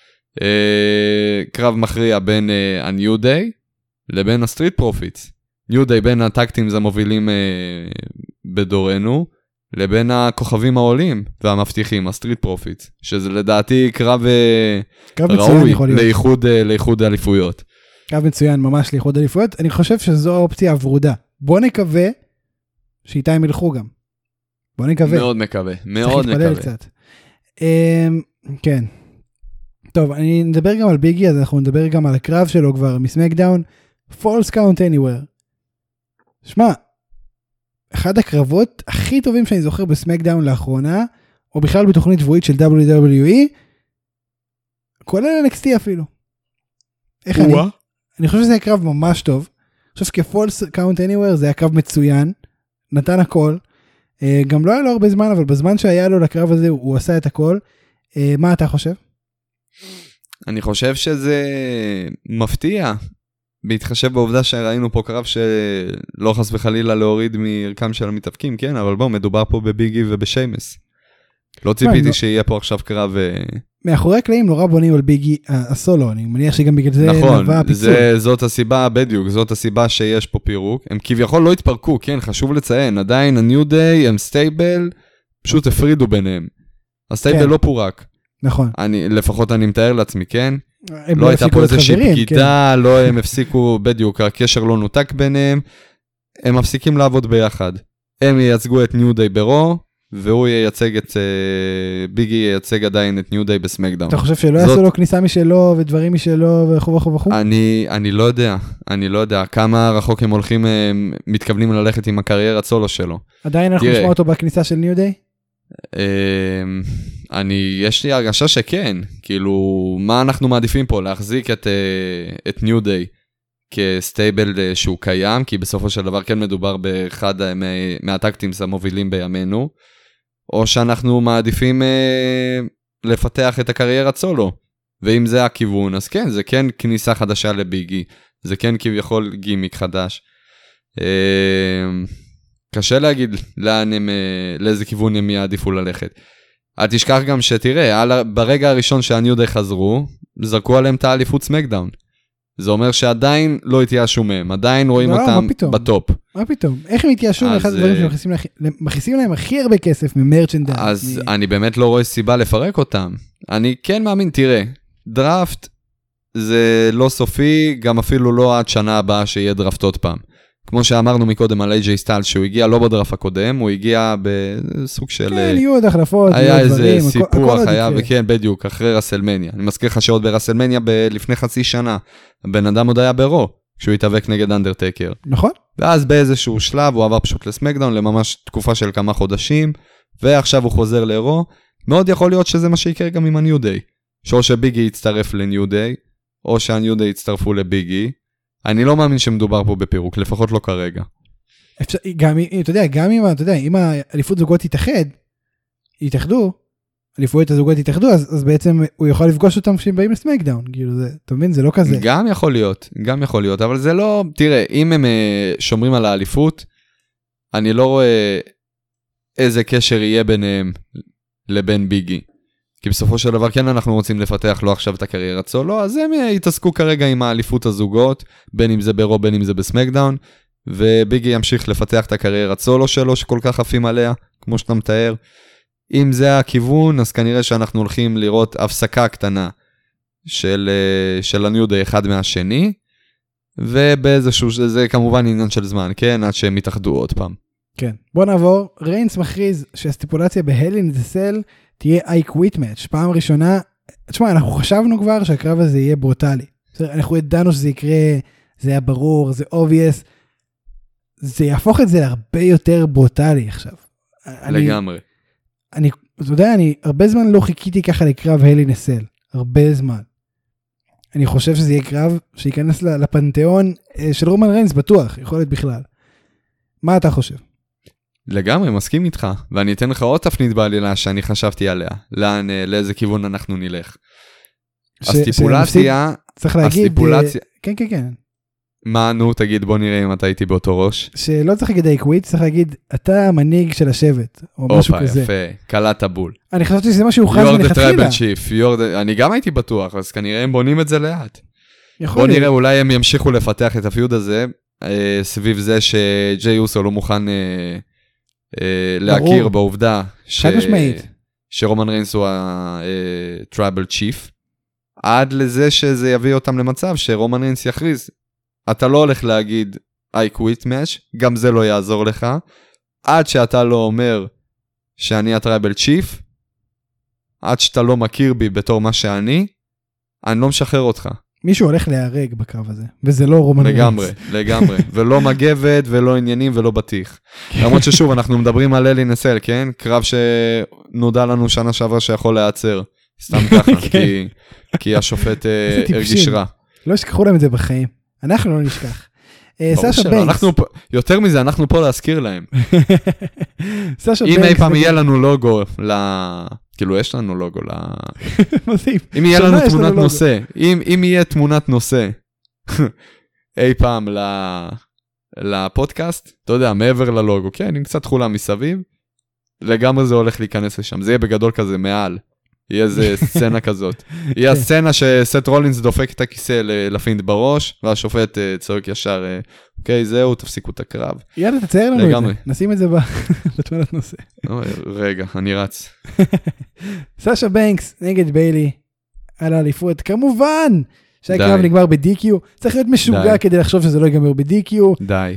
קרב מכריע בין ה-New Day לבין ה-Street Profits. New Day בין הטאג-טימס המובילים בדורנו, לבין הכוכבים העולים והמבטיחים, ה-Street Profits, שזה לדעתי קרב ראוי לאיחוד האליפויות. קרב מצוין ממש לאיחוד האליפויות, אני חושב שזו האופציה הוורודה. בוא נקווה שאיתה הם ילכו גם. בוא נקווה. מאוד מקווה, מאוד מקווה. קצת. כן. טוב, אני נדבר גם על ביגי, אז אנחנו נדבר גם על הקרב שלו כבר מסמקדאון, Falls Count Anywhere. שמע, אחד הקרבות הכי טובים שאני זוכר בסמקדאון לאחרונה, או בכלל בתוכנית שבועית של דאבליו דאבליו אי, כולל אן אקס טי אפילו. איך אני? אני חושב שזה היה קרב ממש טוב. אני חושב שכ-Falls Count Anywhere זה היה קרב מצוין, נתן הכל, גם לא היה לו הרבה זמן, אבל בזמן שהיה לו לקרב הזה, הוא עשה את הכל. מה אתה חושב? אני חושב שזה מפתיע, בהתחשב בעובדה שראינו פה קרב שלא חס וחלילה להוריד מרקם של המתאבקים, כן, אבל בואו, מדובר פה בביגי ובשיימס. לא ציפיתי שיהיה פה עכשיו קרב... מאחורי הקלעים נורא בונים על ביגי הסולו, אני מניח שגם בגלל זה נכון, נבע הפיצול. זה, זאת הסיבה, בדיוק, זאת הסיבה שיש פה פירוק. הם כביכול לא התפרקו, כן, חשוב לציין, עדיין ה-New Day הם סטייבל, פשוט הפרידו ביניהם. הסטייבל כן. לא פורק. נכון. אני, לפחות אני מתאר לעצמי, כן? הם לא לא הייתה פה איזושהי חברים, פגידה, כן. לא הם הפסיקו, בדיוק, הקשר לא נותק ביניהם, הם מפסיקים לעבוד ביחד. הם ייצגו את New Day ברו, והוא ייצג את, ביגי ייצג עדיין את ניו דיי בסמקדאון. אתה חושב שלא יעשו לו כניסה משלו ודברים משלו וכו' וכו' וכו'? אני, אני לא יודע, אני לא יודע כמה רחוק הם הולכים, הם מתכוונים ללכת עם הקריירת סולו שלו. עדיין אנחנו נשמע אותו בכניסה של ניו דיי? אני, יש לי הרגשה שכן, כאילו, מה אנחנו מעדיפים פה? להחזיק את, את ניו דיי כסטייבל שהוא קיים, כי בסופו של דבר כן מדובר באחד מהטקטים המובילים בימינו, או שאנחנו מעדיפים אה, לפתח את הקריירת סולו, ואם זה הכיוון, אז כן, זה כן כניסה חדשה לביגי, זה כן כביכול גימיק חדש. אה, קשה להגיד לאן הם, אה, לאיזה כיוון הם יעדיפו ללכת. אל תשכח גם שתראה, על, ברגע הראשון שהניו דיי חזרו, זרקו עליהם את האליפות סמקדאון. זה אומר שעדיין לא התייאשו מהם, עדיין רואים לא, אותם בטופ. מה פתאום? איך הם התייאשו מאחד הדברים שמכניסים להם הכי הרבה כסף ממרצ'נדייז? אז אני באמת לא רואה סיבה לפרק אותם. אני כן מאמין, תראה, דראפט זה לא סופי, גם אפילו לא עד שנה הבאה שיהיה דראפט עוד פעם. כמו שאמרנו מקודם על איי ג'יי סטיילס, שהוא הגיע לא בדראפט הקודם, הוא הגיע בסוג של... כן, יהיו עוד החלפות, היה איזה סיפוח, היה, וכן, בדיוק, אחרי רסלמניה. אני מזכיר לך שעוד ברסלמניה לפני חצי שנה, הבן אדם עוד היה ברו, כשהוא התאבק נגד אנדרטקר. נכון. ואז באיזשהו שלב הוא עבר פשוט לסמקדאון, לממש תקופה של כמה חודשים, ועכשיו הוא חוזר לרו. מאוד יכול להיות שזה מה שיקרה גם עם הניו דיי. שאו שביגי יצטרף לניו דיי, או שהניו דיי יצטרפו לביגי. אני לא מאמין שמדובר פה בפירוק, לפחות לא כרגע. אפשר, גם, אתה יודע, גם אם, אתה יודע, אם האליפות זוגות יתאחד, יתאחדו, אליפויות הזוגות יתאחדו, אז, אז בעצם הוא יכול לפגוש אותם כשהם באים לסמקדאון, כאילו זה, אתה מבין, זה לא כזה. גם יכול להיות, גם יכול להיות, אבל זה לא, תראה, אם הם שומרים על האליפות, אני לא רואה איזה קשר יהיה ביניהם לבין ביגי. כי בסופו של דבר כן אנחנו רוצים לפתח לו עכשיו את הקריירת סולו, אז הם יתעסקו כרגע עם האליפות הזוגות, בין אם זה ברו, בין אם זה בסמקדאון, וביגי ימשיך לפתח את הקריירת סולו שלו, שכל כך עפים עליה, כמו שאתה מתאר. אם זה הכיוון, אז כנראה שאנחנו הולכים לראות הפסקה קטנה של, של הניו דיי אחד מהשני, ובאיזשהו, זה כמובן עניין של זמן, כן? עד שהם יתאחדו עוד פעם. כן. בוא נעבור, ריינס מכריז שהסטיפולציה בהל אין דה סל תהיה I quit match. פעם ראשונה, תשמע, אנחנו חשבנו כבר שהקרב הזה יהיה ברוטלי. אנחנו ידענו שזה יקרה, זה היה ברור, זה obvious. זה יהפוך את זה להרבה יותר ברוטלי עכשיו. לגמרי. אני, אתה יודע, אני הרבה זמן לא חיכיתי ככה לקרב הל אין דה סל. הרבה זמן. אני חושב שזה יהיה קרב שייכנס לפנתיאון של רומן ריינס, בטוח, יכול להיות בכלל. מה אתה חושב? לגמרי, מסכים איתך, ואני אתן לך עוד תפנית בעלילה שאני חשבתי עליה, לאן, לאיזה כיוון אנחנו נלך. ש, הסטיפולציה, צריך להגיד, הסטיפולציה, כן, כן, כן. מה, נו, תגיד, בוא נראה אם אתה איתי באותו ראש. שלא צריך להגיד אייקוויט, צריך להגיד, אתה המנהיג של השבט, או אופה, משהו כזה. יפה, קלעת בול. אני חשבתי שזה משהו חז מלכתחילה. You're the tribal chief, the... אני גם הייתי בטוח, אז כנראה הם בונים את זה לאט. יכול בוא להיות. נראה, אולי הם ימשיכו לפתח את הפיוד הזה, אה, סביב זה שג'יי אוסו לא מוכן... אה, להכיר בעובדה שרומן ריינס הוא הטרייבל צ'יף, עד לזה שזה יביא אותם למצב שרומן ריינס יכריז, אתה לא הולך להגיד I quit match, גם זה לא יעזור לך, עד שאתה לא אומר שאני הטרייבל צ'יף, עד שאתה לא מכיר בי בתור מה שאני, אני לא משחרר אותך. מישהו הולך להיהרג בקרב הזה, וזה לא רומן ריינס. לגמרי, לגמרי. ולא מגבת, ולא עניינים, ולא בטיח. למרות ששוב, אנחנו מדברים על אלי נסל, כן? קרב שנודע לנו שנה שעברה שיכול להיעצר. סתם ככה, כי השופט הרגיש רע. לא ישכחו להם את זה בחיים. אנחנו לא נשכח. סאשה ביינקס. יותר מזה, אנחנו פה להזכיר להם. אם אי פעם יהיה לנו לוגו ל... כאילו, יש לנו לוגו ל... אם יהיה לנו תמונת נושא, אם יהיה תמונת נושא אי פעם לפודקאסט, אתה יודע, מעבר ללוגו, כן, עם קצת תחולה מסביב, לגמרי זה הולך להיכנס לשם, זה יהיה בגדול כזה מעל, יהיה איזה סצנה כזאת, יהיה הסצנה שסט רולינס דופק את הכיסא לפינד בראש, והשופט צועק ישר, אוקיי, זהו, תפסיקו את הקרב. יאללה, תצייר לנו את זה, נשים את זה בתמונת נושא. רגע, אני רץ. סאשה בנקס נגד ביילי, על האליפות, כמובן, שהקרב נגמר ב-די קיו, צריך להיות משוגע כדי לחשוב שזה לא ייגמר ב-די קיו. די.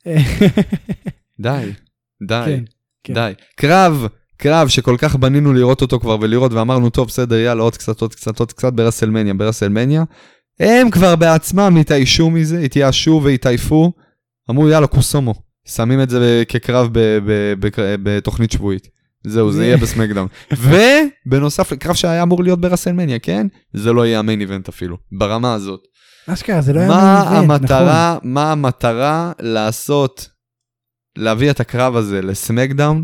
די, די, די. קרב, קרב שכל כך בנינו לראות אותו כבר ולראות, ואמרנו, טוב, בסדר, יאללה, עוד קצת, עוד קצת, עוד קצת, ברסלמניה, ברסלמניה. הם כבר בעצמם התיישו מזה, התיישו והתעייפו, אמרו, יאללה, קוסומו. שמים את זה כקרב בתוכנית שבועית. זהו, זה יהיה בסמקדאון. ובנוסף לקרב שהיה אמור להיות ברסלמניה, כן? זה לא יהיה המיין איבנט אפילו, ברמה הזאת. אשכרה, זה לא היה מיין איבנט, נכון. מה המטרה לעשות, להביא את הקרב הזה לסמקדאון,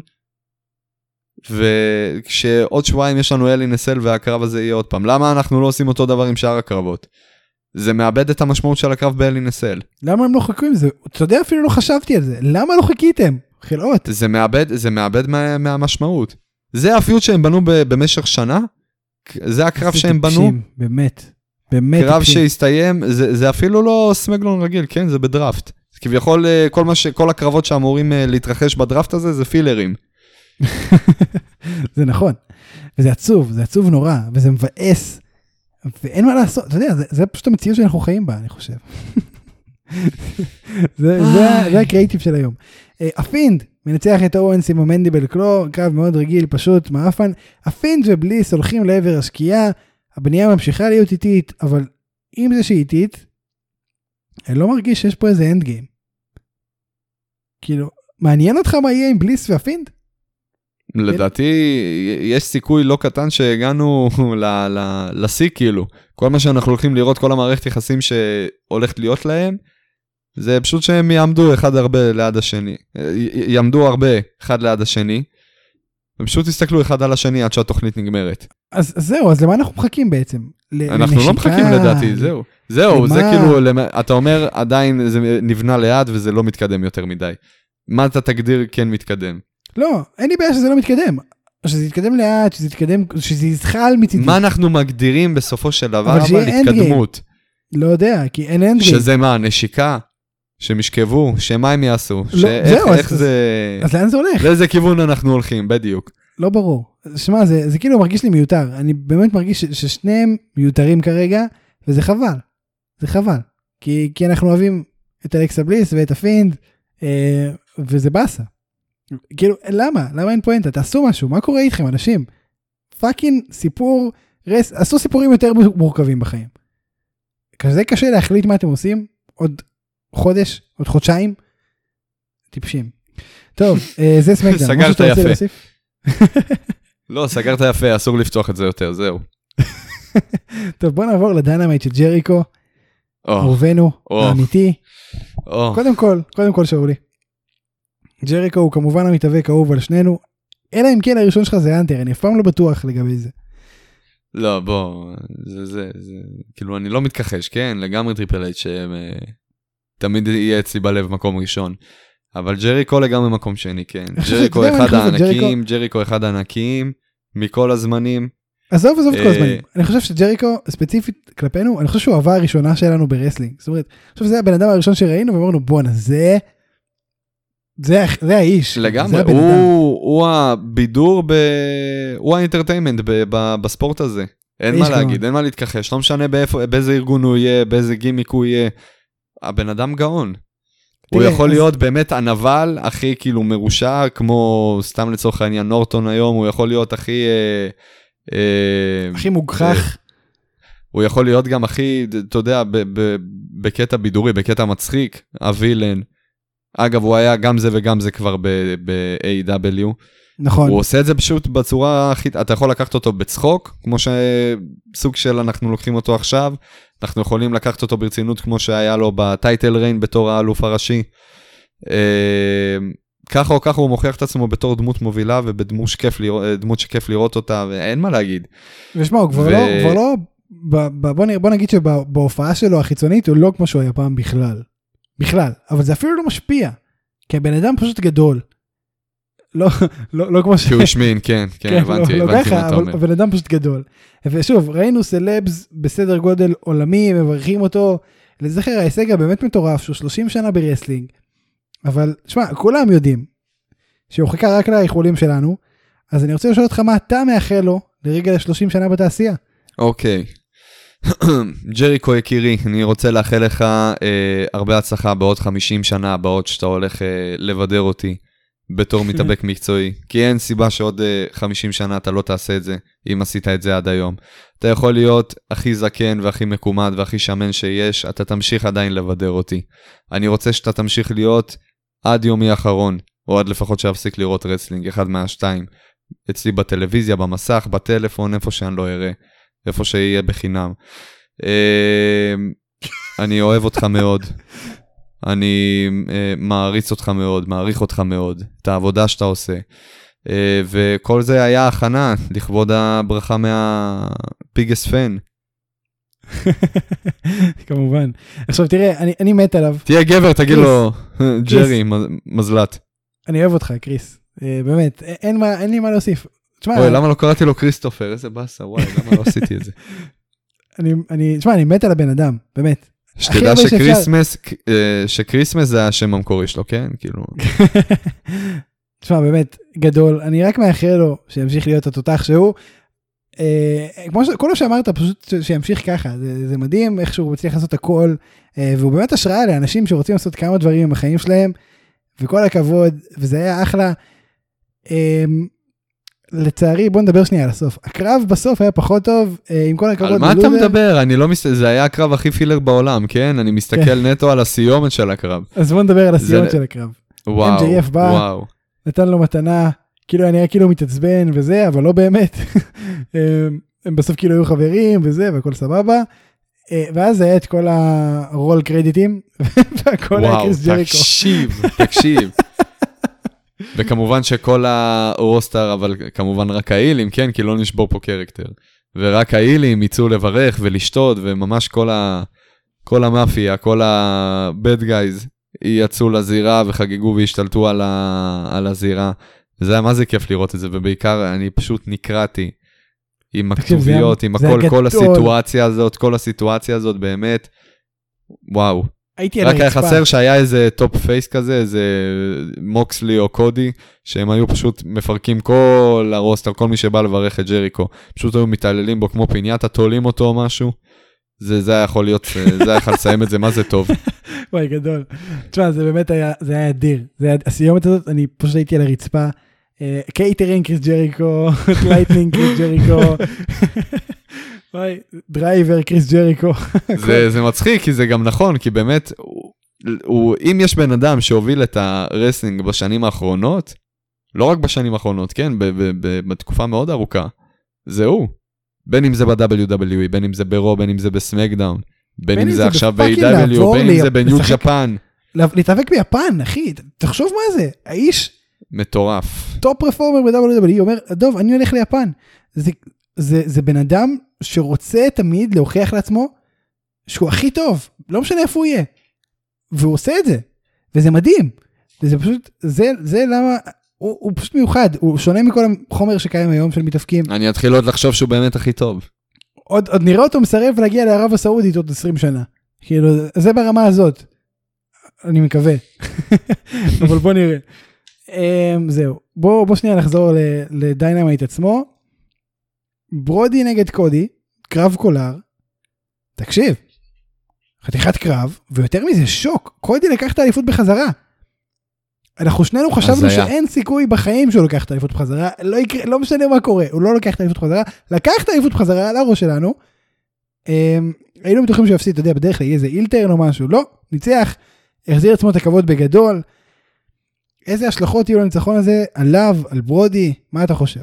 וכשעוד שבועיים יש לנו אלי נסל והקרב הזה יהיה עוד פעם. למה אנחנו לא עושים אותו דבר עם שאר הקרבות? זה מאבד את המשמעות של הקרב באלי נסל. למה הם לא חיכו עם זה? אתה יודע, אפילו לא חשבתי על זה. למה לא חיכיתם? חילאות. זה מאבד, זה מאבד מה, מהמשמעות. זה הפיוט שהם בנו במשך שנה? זה הקרב שהם בנו? באמת. באמת. קרב שהסתיים, זה, זה אפילו לא סמקדאון רגיל, כן? זה בדראפט. כביכול, כל מה ש, כל הקרבות שאמורים להתרחש בדראפט הזה, זה פילרים. זה נכון. וזה עצוב, זה עצוב נורא, וזה מבאס. ואין מה לעשות, אתה יודע, זה, זה פשוט המציאות שאנחנו חיים בה, אני חושב. זה, זה, זה הקריאיטיב של היום. הפינד מנצח את אורנס עם המנדיבל קלו, קרב מאוד רגיל, פשוט, מאפן. הפינד ובליס הולכים לעבר השקיעה, הבנייה ממשיכה להיות איטית, אבל אם זה שהיא איטית, אני לא מרגיש שיש פה איזה אנד גיים. כאילו, מעניין אותך מה יהיה עם בליס והפינד? לדעתי, יש סיכוי לא קטן שהגענו לשיא, כאילו. כל מה שאנחנו הולכים לראות, כל המערכת יחסים שהולכת להיות להם, זה פשוט שהם יעמדו אחד הרבה ליד השני. יעמדו הרבה אחד ליד השני, ופשוט תסתכלו אחד על השני עד שהתוכנית נגמרת. אז זהו, אז למה אנחנו מחכים בעצם? אנחנו לא מחכים לדעתי, זהו. זהו, זה כאילו, אתה אומר, עדיין זה נבנה ליד וזה לא מתקדם יותר מדי. מה אתה תגדיר כן מתקדם? לא, אין לי בעיה שזה לא מתקדם. שזה יתקדם לאט, שזה יתקדם, שזה יזחל מצידי. מה אנחנו מגדירים בסופו של דבר, אבל התקדמות? לא יודע, כי אין אנד גיים. שזה מה, נשיקה? שהם ישכבו? שמה הם יעשו? איך זה... אז לאן זה הולך? לאיזה כיוון אנחנו הולכים, בדיוק. לא ברור. שמע, זה כאילו מרגיש לי מיותר. אני באמת מרגיש ששניהם מיותרים כרגע, וזה חבל. זה חבל. כי אנחנו אוהבים את אלכסה בליס ואת הפינד, וזה בסה. כאילו, למה? למה אין פואנטה? תעשו משהו, מה קורה איתכם, אנשים? פאקינג סיפור, רס, עשו סיפורים יותר מורכבים בחיים. כזה קשה להחליט מה אתם עושים, עוד חודש, עוד חודשיים, טיפשים. טוב, זה סמקדאון. סגרת יפה. לא, סגרת יפה, אסור לפתוח את זה יותר, זהו. טוב, בוא נעבור לדיינמייט של ג'ריקו, אהובנו, האמיתי. קודם כל, קודם כל שאולי. ג'ריקו הוא כמובן המתאבק אהוב על שנינו, אלא אם כן הראשון שלך זה אנטר, אני אף פעם לא בטוח לגבי זה. לא, בוא, זה, זה, זה, כאילו אני לא מתכחש, כן, לגמרי טריפל אייץ' שתמיד יהיה אצלי בלב מקום ראשון, אבל ג'ריקו לגמרי מקום שני, כן, ג'ריקו אחד הענקים, ג'ריקו אחד הענקים, מכל הזמנים. עזוב, עזוב את כל הזמנים, אני חושב שג'ריקו ספציפית כלפינו, אני חושב שהוא אהבה הראשונה שלנו ברסלינג, זאת אומרת, אני חושב שזה הבן אדם הראשון שראינו, ואמרנו בואנה, זה... זה, זה האיש. לגמרי, הוא, הוא הבידור, ב... הוא האינטרטיימנט ב, ב, בספורט הזה. אין מה להגיד, גאון. אין מה להתכחש, לא משנה באיפה, באיזה ארגון הוא יהיה, באיזה גימיק הוא יהיה. הבן אדם גאון. הוא יכול אז... להיות באמת הנבל הכי כאילו מרושע, כמו סתם לצורך העניין נורטון היום, הוא יכול להיות הכי... אה, אה, הכי מוגחך. אה, הוא יכול להיות גם הכי, אתה יודע, ב, ב, בקטע בידורי, בקטע מצחיק, הווילן. אגב, הוא היה גם זה וגם זה כבר ב-איי דאבליו. נכון. הוא עושה את זה פשוט בצורה הכי... אתה יכול לקחת אותו בצחוק, כמו שסוג של אנחנו לוקחים אותו עכשיו. אנחנו יכולים לקחת אותו ברצינות, כמו שהיה לו בטייטל ריין בתור האלוף הראשי. ככה או ככה הוא מוכיח את עצמו בתור דמות מובילה, ובדמות שכיף לראות, דמות שכיף לראות אותה, ואין מה להגיד. ושמע, הוא כבר ו... לא... כבר לא... בוא נגיד שבהופעה שלו החיצונית, הוא לא כמו שהוא היה פעם בכלל. בכלל, אבל זה אפילו לא משפיע, כי הבן אדם פשוט גדול. לא, לא, לא כמו ש... כי הוא השמין, כן, כן, הבנתי, לא, הבנתי לא מה אתה אבל, אומר. אבל אדם פשוט גדול. ושוב, ראינו סלבס בסדר גודל עולמי, מברכים אותו, לזכר ההישג הבאמת מטורף, שהוא שלושים שנה ברסלינג, אבל, שמע, כולם יודעים, שהוא חיכה רק לאיחולים שלנו, אז אני רוצה לשאול אותך מה אתה מאחל לו, לרגע ל-שלושים שנה בתעשייה. אוקיי. ג'ריקו יקירי, אני רוצה לאחל לך אה, הרבה הצלחה בעוד חמישים שנה הבאות שאתה הולך אה, לבדר אותי בתור מתאבק מקצועי, כי אין סיבה שעוד אה, חמישים שנה אתה לא תעשה את זה, אם עשית את זה עד היום. אתה יכול להיות הכי זקן והכי מקומד והכי שמן שיש, אתה תמשיך עדיין לבדר אותי. אני רוצה שאתה תמשיך להיות עד יומי האחרון, או עד לפחות שאפסיק לראות רסלינג, אחד מהשתיים, אצלי בטלוויזיה, במסך, בטלפון, איפה שאני לא אראה. איפה שיהיה בחינם. אני אוהב אותך מאוד. אני מעריץ אותך מאוד, מעריך אותך מאוד. את העבודה שאתה עושה. וכל זה היה הכנה לכבוד הברכה מהביגסט פן. כמובן. עכשיו תראה, אני, אני מת עליו. תהיה גבר, תגיד לו, ג'רי, מזלת. אני אוהב אותך, קריס. באמת, אין, מה, אין לי מה להוסיף. אוי, למה לא קראתי לו כריסטופר? איזה באסה, וואי, למה לא עשיתי את זה? אני, תשמע, אני מת על הבן אדם, באמת. שתדע שקריסמס, שקריסמס זה השם המקורי שלו, כן? כאילו... תשמע, באמת, גדול. אני רק מאחל לו שימשיך להיות התותח שהוא. כמו כל מה שאמרת, פשוט שימשיך ככה. זה מדהים איך שהוא מצליח לעשות הכל, והוא באמת השראה לאנשים שרוצים לעשות כמה דברים עם החיים שלהם, וכל הכבוד, וזה היה אחלה. לצערי, בוא נדבר שנייה על הסוף. הקרב בסוף היה פחות טוב, עם כל הכבוד. על מה אתה מדבר? אני לא מסתכל, זה היה הקרב הכי פילר בעולם, כן? אני מסתכל נטו על הסיומת של הקרב. אז בוא נדבר על הסיומת של הקרב. וואו, אם ג'יי אף בא, נתן לו מתנה, כאילו אני היה כאילו מתעצבן וזה, אבל לא באמת. הם בסוף כאילו היו חברים וזה, והכל סבבה. ואז היה את כל הרול קרדיטים, והכל היה קריס ג'ריקו. וואו, תקשיב, תקשיב. וכמובן שכל הרוסטר, אבל כמובן רק האילים, כן, כי לא נשבור פה קרקטר. ורק האילים יצאו לברך ולשתות, וממש כל, ה... כל המאפיה, כל ה-bad guys, יצאו לזירה וחגגו והשתלטו על, ה... על הזירה. וזה היה מה זה כיף לראות את זה, ובעיקר אני פשוט נקראתי עם הכתוביות, עם הכל, כל הסיטואציה הזאת, כל הסיטואציה הזאת באמת, וואו. רק היה חסר שהיה איזה טופ פייס כזה, איזה מוקסלי או קודי, שהם היו פשוט מפרקים כל הרוסטר, כל מי שבא לברך את ג'ריקו, פשוט היו מתעללים בו כמו פיניאטה, תולים אותו או משהו, זה, זה היה יכול להיות, זה היה יכול לסיים את זה, מה זה טוב. וואי, גדול. תשמע, זה באמת היה, זה היה אדיר. זה היה, הסיומת הזאת, אני פשוט הייתי על הרצפה, קייטרינג קריס ג'ריקו, לייטנינג קריס ג'ריקו, וואי, דרייבר קריס ג'ריקו. זה, זה מצחיק, כי זה גם נכון, כי באמת, הוא, הוא, אם יש בן אדם שהוביל את הרסלינג בשנים האחרונות, לא רק בשנים האחרונות, כן, ב, ב, ב, בתקופה מאוד ארוכה, זה הוא. בין אם זה ב-דאבליו דאבליו אי, בין אם זה ברו, בין אם זה בסמקדאון, בין אם זה עכשיו ב-איי דאבליו, בין אם זה בניו ג'פן. להתאבק ביפן, אחי, תחשוב מה זה, האיש... מטורף. טופ רפורמר ב-דאבליו דאבליו אי, אומר, דוב, אני הולך ליפן. זה, זה, זה בן אדם שרוצה תמיד להוכיח לעצמו שהוא הכי טוב, לא משנה איפה הוא יהיה. והוא עושה את זה, וזה מדהים. וזה פשוט, זה, זה למה, הוא, הוא פשוט מיוחד, הוא שונה מכל החומר שקיים היום של מתאבקים. אני אתחיל עוד לחשוב שהוא באמת הכי טוב. עוד, עוד נראה אותו מסרב להגיע לערב הסעודית עוד עשרים שנה. כאילו, זה ברמה הזאת. אני מקווה. אבל בוא נראה. Um, זהו. בוא, בוא שנייה נחזור לדיינמייט עצמו. ברודי נגד קודי, קרב קולר. תקשיב. חתיכת קרב, ויותר מזה שוק. קודי לקח את האליפות בחזרה. אנחנו שנינו חשבנו שאין סיכוי בחיים שהוא לקח את האליפות בחזרה. לא, יקרה, לא משנה מה קורה. הוא לא לקח את האליפות בחזרה. לקח את האליפות בחזרה על הראש שלנו. Um, היינו בטוחים שהוא יפסיד, אתה יודע, בדרך כלל יהיה איזה אילטרן או משהו. לא, ניצח. החזיר עצמו את הכבוד בגדול. איזה השלכות יהיו לניצחון הזה עליו, על ברודי? מה אתה חושב?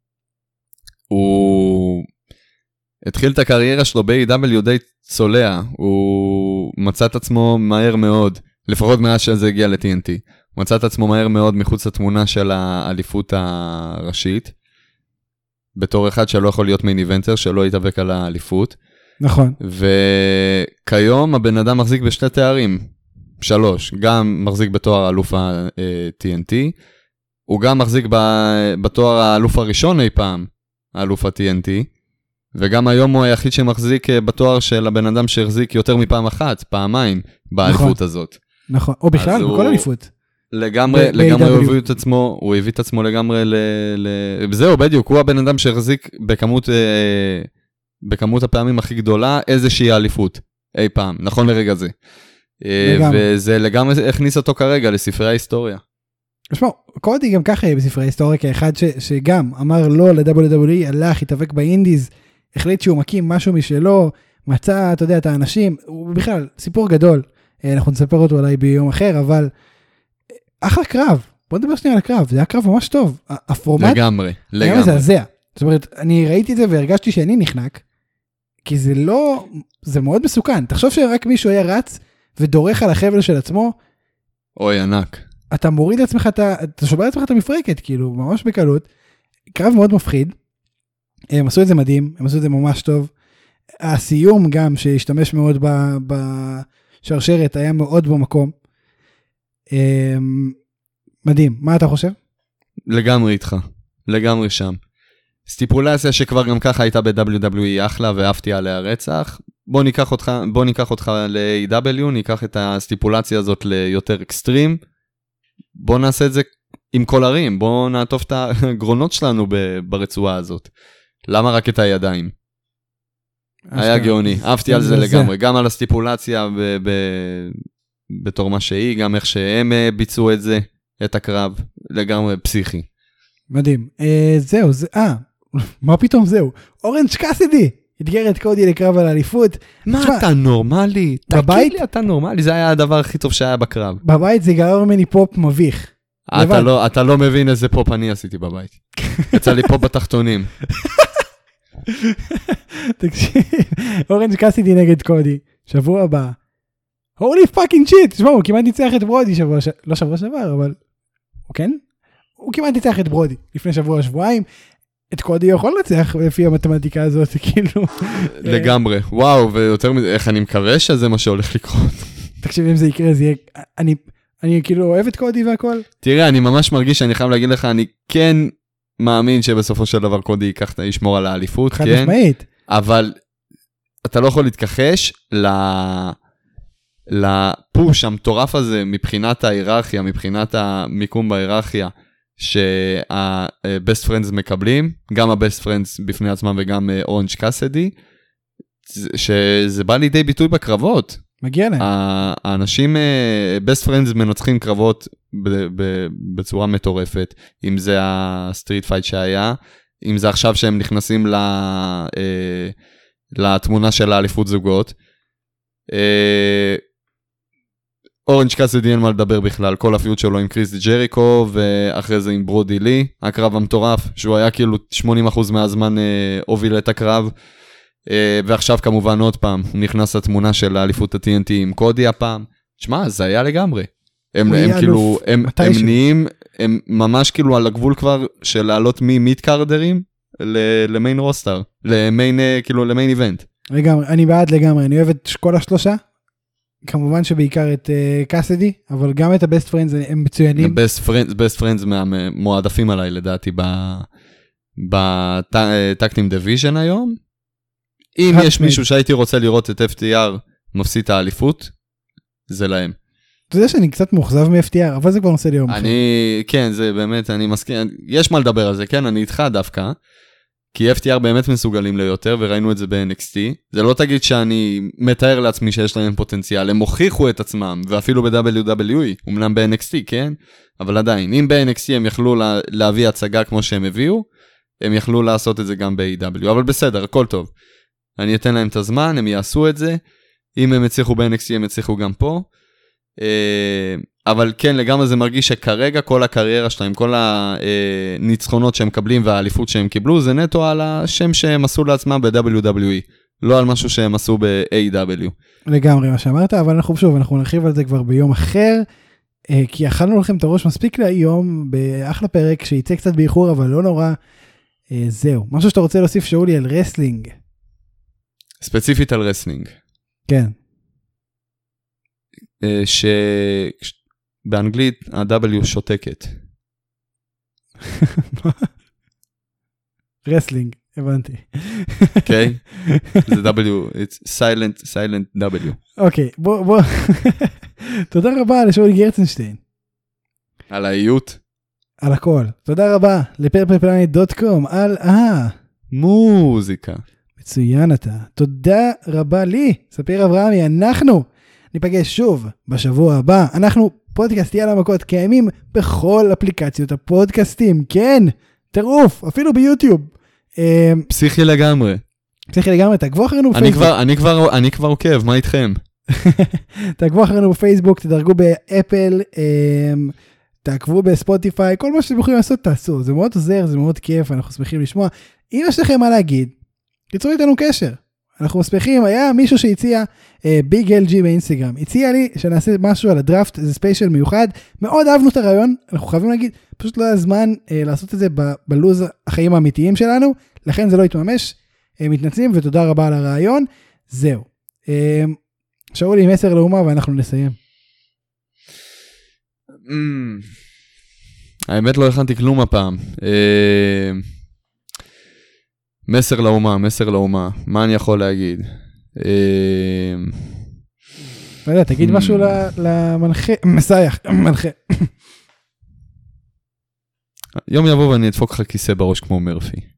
הוא התחיל את הקריירה שלו ב-איי דאבליו די צולע. הוא מצא את עצמו מהר מאוד, לפחות מאז שזה הגיע ל-טי אן טי. הוא מצא את עצמו מהר מאוד מחוץ לתמונה של האליפות הראשית, בתור אחד שלא יכול להיות מיין איבנטר, שלא יתאבק על האליפות. נכון. וכיום הבן אדם מחזיק בשתי תארים. שלוש, גם מחזיק בתואר אלוף ה-טי אן טי, הוא גם מחזיק בתואר האלוף הראשון אי פעם, האלוף ה-טי אן טי, וגם היום הוא היחיד שמחזיק בתואר של הבן אדם שהחזיק יותר מפעם אחת, פעמיים, באליפות הזאת. נכון, או בכלל, בכל אליפות. לגמרי, לגמרי הוא הביא את עצמו, הוא הביא את עצמו לגמרי ל... זהו, בדיוק, הוא הבן אדם שהחזיק בכמות, בכמות הפעמים הכי גדולה, איזושהי אליפות, אי פעם, נכון לרגע זה. וזה לגמרי הכניס אותו כרגע לספרי ההיסטוריה. משמעו, קודי גם ככה יהיה בספרי ההיסטוריה, כאחד שגם אמר לא ל-דאבליו דאבליו אי, הלך, התאבק באינדיז, החליט שהוא מקים משהו משלו, מצא, אתה יודע, את האנשים, הוא בכלל סיפור גדול, אנחנו נספר אותו אולי ביום אחר, אבל אחלה קרב, בוא נדבר שנייה על הקרב, זה היה קרב ממש טוב, הפורמט, לגמרי, לגמרי. היה מזעזע, זאת אומרת, אני ראיתי את זה והרגשתי שאני נחנק, כי זה לא, זה מאוד מסוכן, תחשוב שרק מישהו היה רץ, ודורך על החבל של עצמו, אוי, ענק. אתה מוריד לעצמך, אתה, אתה שובר לעצמך את המפרקת, כאילו, ממש בקלות, קרב מאוד מפחיד, הם עשו את זה מדהים, הם עשו את זה ממש טוב, הסיום גם, שהשתמש מאוד בשרשרת, היה מאוד במקום, מדהים, מה אתה חושב? לגמרי איתך, לגמרי שם. סטיפולציה שכבר גם ככה הייתה ב-דאבליו דאבליו אי אחלה, ואהבתי עליה רצח, בוא ניקח אותך, בוא ניקח אותך ל-איי דאבליו, ניקח את הסטיפולציה הזאת ליותר אקסטרים, בוא נעשה את זה עם קולרים, בוא נעטוף את הגרונות שלנו ברצועה הזאת. למה רק את הידיים? היה גאוני, אהבתי על זה לגמרי, גם על הסטיפולציה בתור מה שהיא, גם איך שהם ביצעו את זה, את הקרב, לגמרי פסיכי. מדהים, זהו, אה, מה פתאום זהו? אורנג' קאסידי! התגר את קודי לקרב על האליפות. מה אתה נורמלי? תגיד לי אתה נורמלי, זה היה הדבר הכי טוב שהיה בקרב. בבית זה גרר ממני פופ מביך. אתה לא מבין איזה פופ אני עשיתי בבית. יצא לי פופ בתחתונים. תקשיב, אורנג' קאסידי נגד קודי, שבוע הבא. הולי פאקינג שיט, תשמעו, הוא כמעט ניצח את ברודי שבוע, לא שבוע שעבר, אבל, הוא כן? הוא כמעט ניצח את ברודי, לפני שבוע, שבועיים. את קודי יכול לצח לפי המתמטיקה הזאת, כאילו. לגמרי, וואו, ויותר מזה, איך אני מקווה שזה מה שהולך לקרות. תקשיב, אם זה יקרה, זה יהיה, אני, אני כאילו אוהב את קודי והכל. תראה, אני ממש מרגיש שאני חייב להגיד לך, אני כן מאמין שבסופו של דבר קודי ייקח, ישמור על האליפות, כן. חד משמעית. אבל אתה לא יכול להתכחש ל... לפוש המטורף הזה מבחינת ההיררכיה, מבחינת המיקום בהיררכיה, שה-Best Friends מקבלים, גם ה-Best Friends בפני עצמם וגם אורנג' קאסידי, שזה בא לידי ביטוי בקרבות. מגיע להם. האנשים, Best Friends מנצחים קרבות בצורה מטורפת, אם זה הסטריט פייט שהיה, אם זה עכשיו שהם נכנסים לתמונה של האליפות זוגות, אורנג' קאסידי אין מה לדבר בכלל, כל הפיוט שלו עם קריס ג'ריקו, ואחרי זה עם ברודי לי, הקרב המטורף, שהוא היה כאילו שמונים אחוז מהזמן אה, הוביל את הקרב, אה, ועכשיו כמובן עוד פעם, נכנס לתמונה של האליפות ה-טי אן טי עם קודי הפעם, שמע, זה היה לגמרי, הם, הם כאילו, הם, הם נהיים, הם ממש כאילו על הגבול כבר, של לעלות ממיד קארדרים, למיין רוסטר, למיין, כאילו למיין איבנט. לגמרי, אני בעד לגמרי, אני אוהב את כל השלושה, כמובן שבעיקר את קאסידי, uh, אבל גם את ה-Best Friends הם מצוינים. ה-Best Friends, Best Friends מהמועדפים עליי לדעתי בטקטים דיוויז'ן היום. אם יש מישהו שהייתי רוצה לראות את אף טי אר מפסיד את האליפות, זה להם. אתה יודע שאני קצת מוחזב מ-אף טי אר, אבל זה כבר נושא ליום. אני, כן, זה באמת, אני מסכים, יש מה לדבר על זה, כן, אני איתך דווקא. כי אף טי אר באמת מסוגלים ליותר, וראינו את זה ב-אן אקס טי. זה לא תגיד שאני מתאר לעצמי שיש להם פוטנציאל, הם הוכיחו את עצמם, ואפילו ב-דאבליו דאבליו אי, אומנם ב-אן אקס טי, כן? אבל עדיין, אם ב-אן אקס טי הם יכלו לה, להביא הצגה כמו שהם הביאו, הם יכלו לעשות את זה גם ב-איי דאבליו, אבל בסדר, הכל טוב. אני אתן להם את הזמן, הם יעשו את זה, אם הם הצליחו ב-אן אקס טי, הם הצליחו גם פה. אבל כן, לגמרי זה מרגיש שכרגע כל הקריירה שלהם, כל הניצחונות שהם מקבלים והאליפות שהם קיבלו, זה נטו על השם שהם עשו לעצמם ב-דאבליו דאבליו אי, לא על משהו שהם עשו ב-איי דאבליו. לגמרי מה שאמרת, אבל אנחנו שוב, אנחנו נרחיב על זה כבר ביום אחר, כי אכלנו לכם את הראש מספיק להיום, באחלה פרק שייצא קצת באיחור, אבל לא נורא. זהו, משהו שאתה רוצה להוסיף שאולי על רסלינג. ספציפית על רסלינג. כן. שבאנגלית ה-W שותקת. רסלינג, הבנתי. אוקיי? זה W, it's silent, silent W. אוקיי, בוא, בוא. תודה רבה לשאולי גרצנשטיין. על האיות. על הכל. תודה רבה לפרפל פלנט דוט קום, על ה... מוזיקה. מצוין אתה. תודה רבה לי, ספיר אברהמי, אנחנו ניפגש שוב בשבוע הבא. אנחנו פודקאסט יאללה מכות קיימים בכל אפליקציות הפודקאסטים, כן, טירוף, אפילו ביוטיוב. פסיכי לגמרי. פסיכי לגמרי, תעקבו אחרינו בפייסבוק. אני כבר, אני כבר, אני כבר עוקב, מה איתכם? תעקבו אחרינו בפייסבוק, תדרגו באפל, תעקבו בספוטיפיי, כל מה שאתם יכולים לעשות תעשו, זה מאוד עוזר, זה מאוד כיף, אנחנו שמחים לשמוע. אם יש לכם מה להגיד, תיצרו איתנו קשר. אנחנו שמחים, היה מישהו שהציע ביג אל ג'י באינסטגרם, הציע לי שנעשה משהו על הדראפט, זה ספיישל מיוחד, מאוד אהבנו את הרעיון, אנחנו חייבים להגיד, פשוט לא היה זמן אה, לעשות את זה ב- בלוז החיים האמיתיים שלנו, לכן זה לא יתממש, אה, מתנצלים ותודה רבה על הרעיון, זהו. אה, שאולי עם מסר לאומה ואנחנו נסיים. Mm. האמת לא הכנתי כלום הפעם. אה... מסר לאומה, מסר לאומה. מה אני יכול להגיד? לא יודע, תגיד משהו למנחה, מסייח, מנחה. יום יבוא ואני אדפוק לך כיסא בראש כמו מרפי.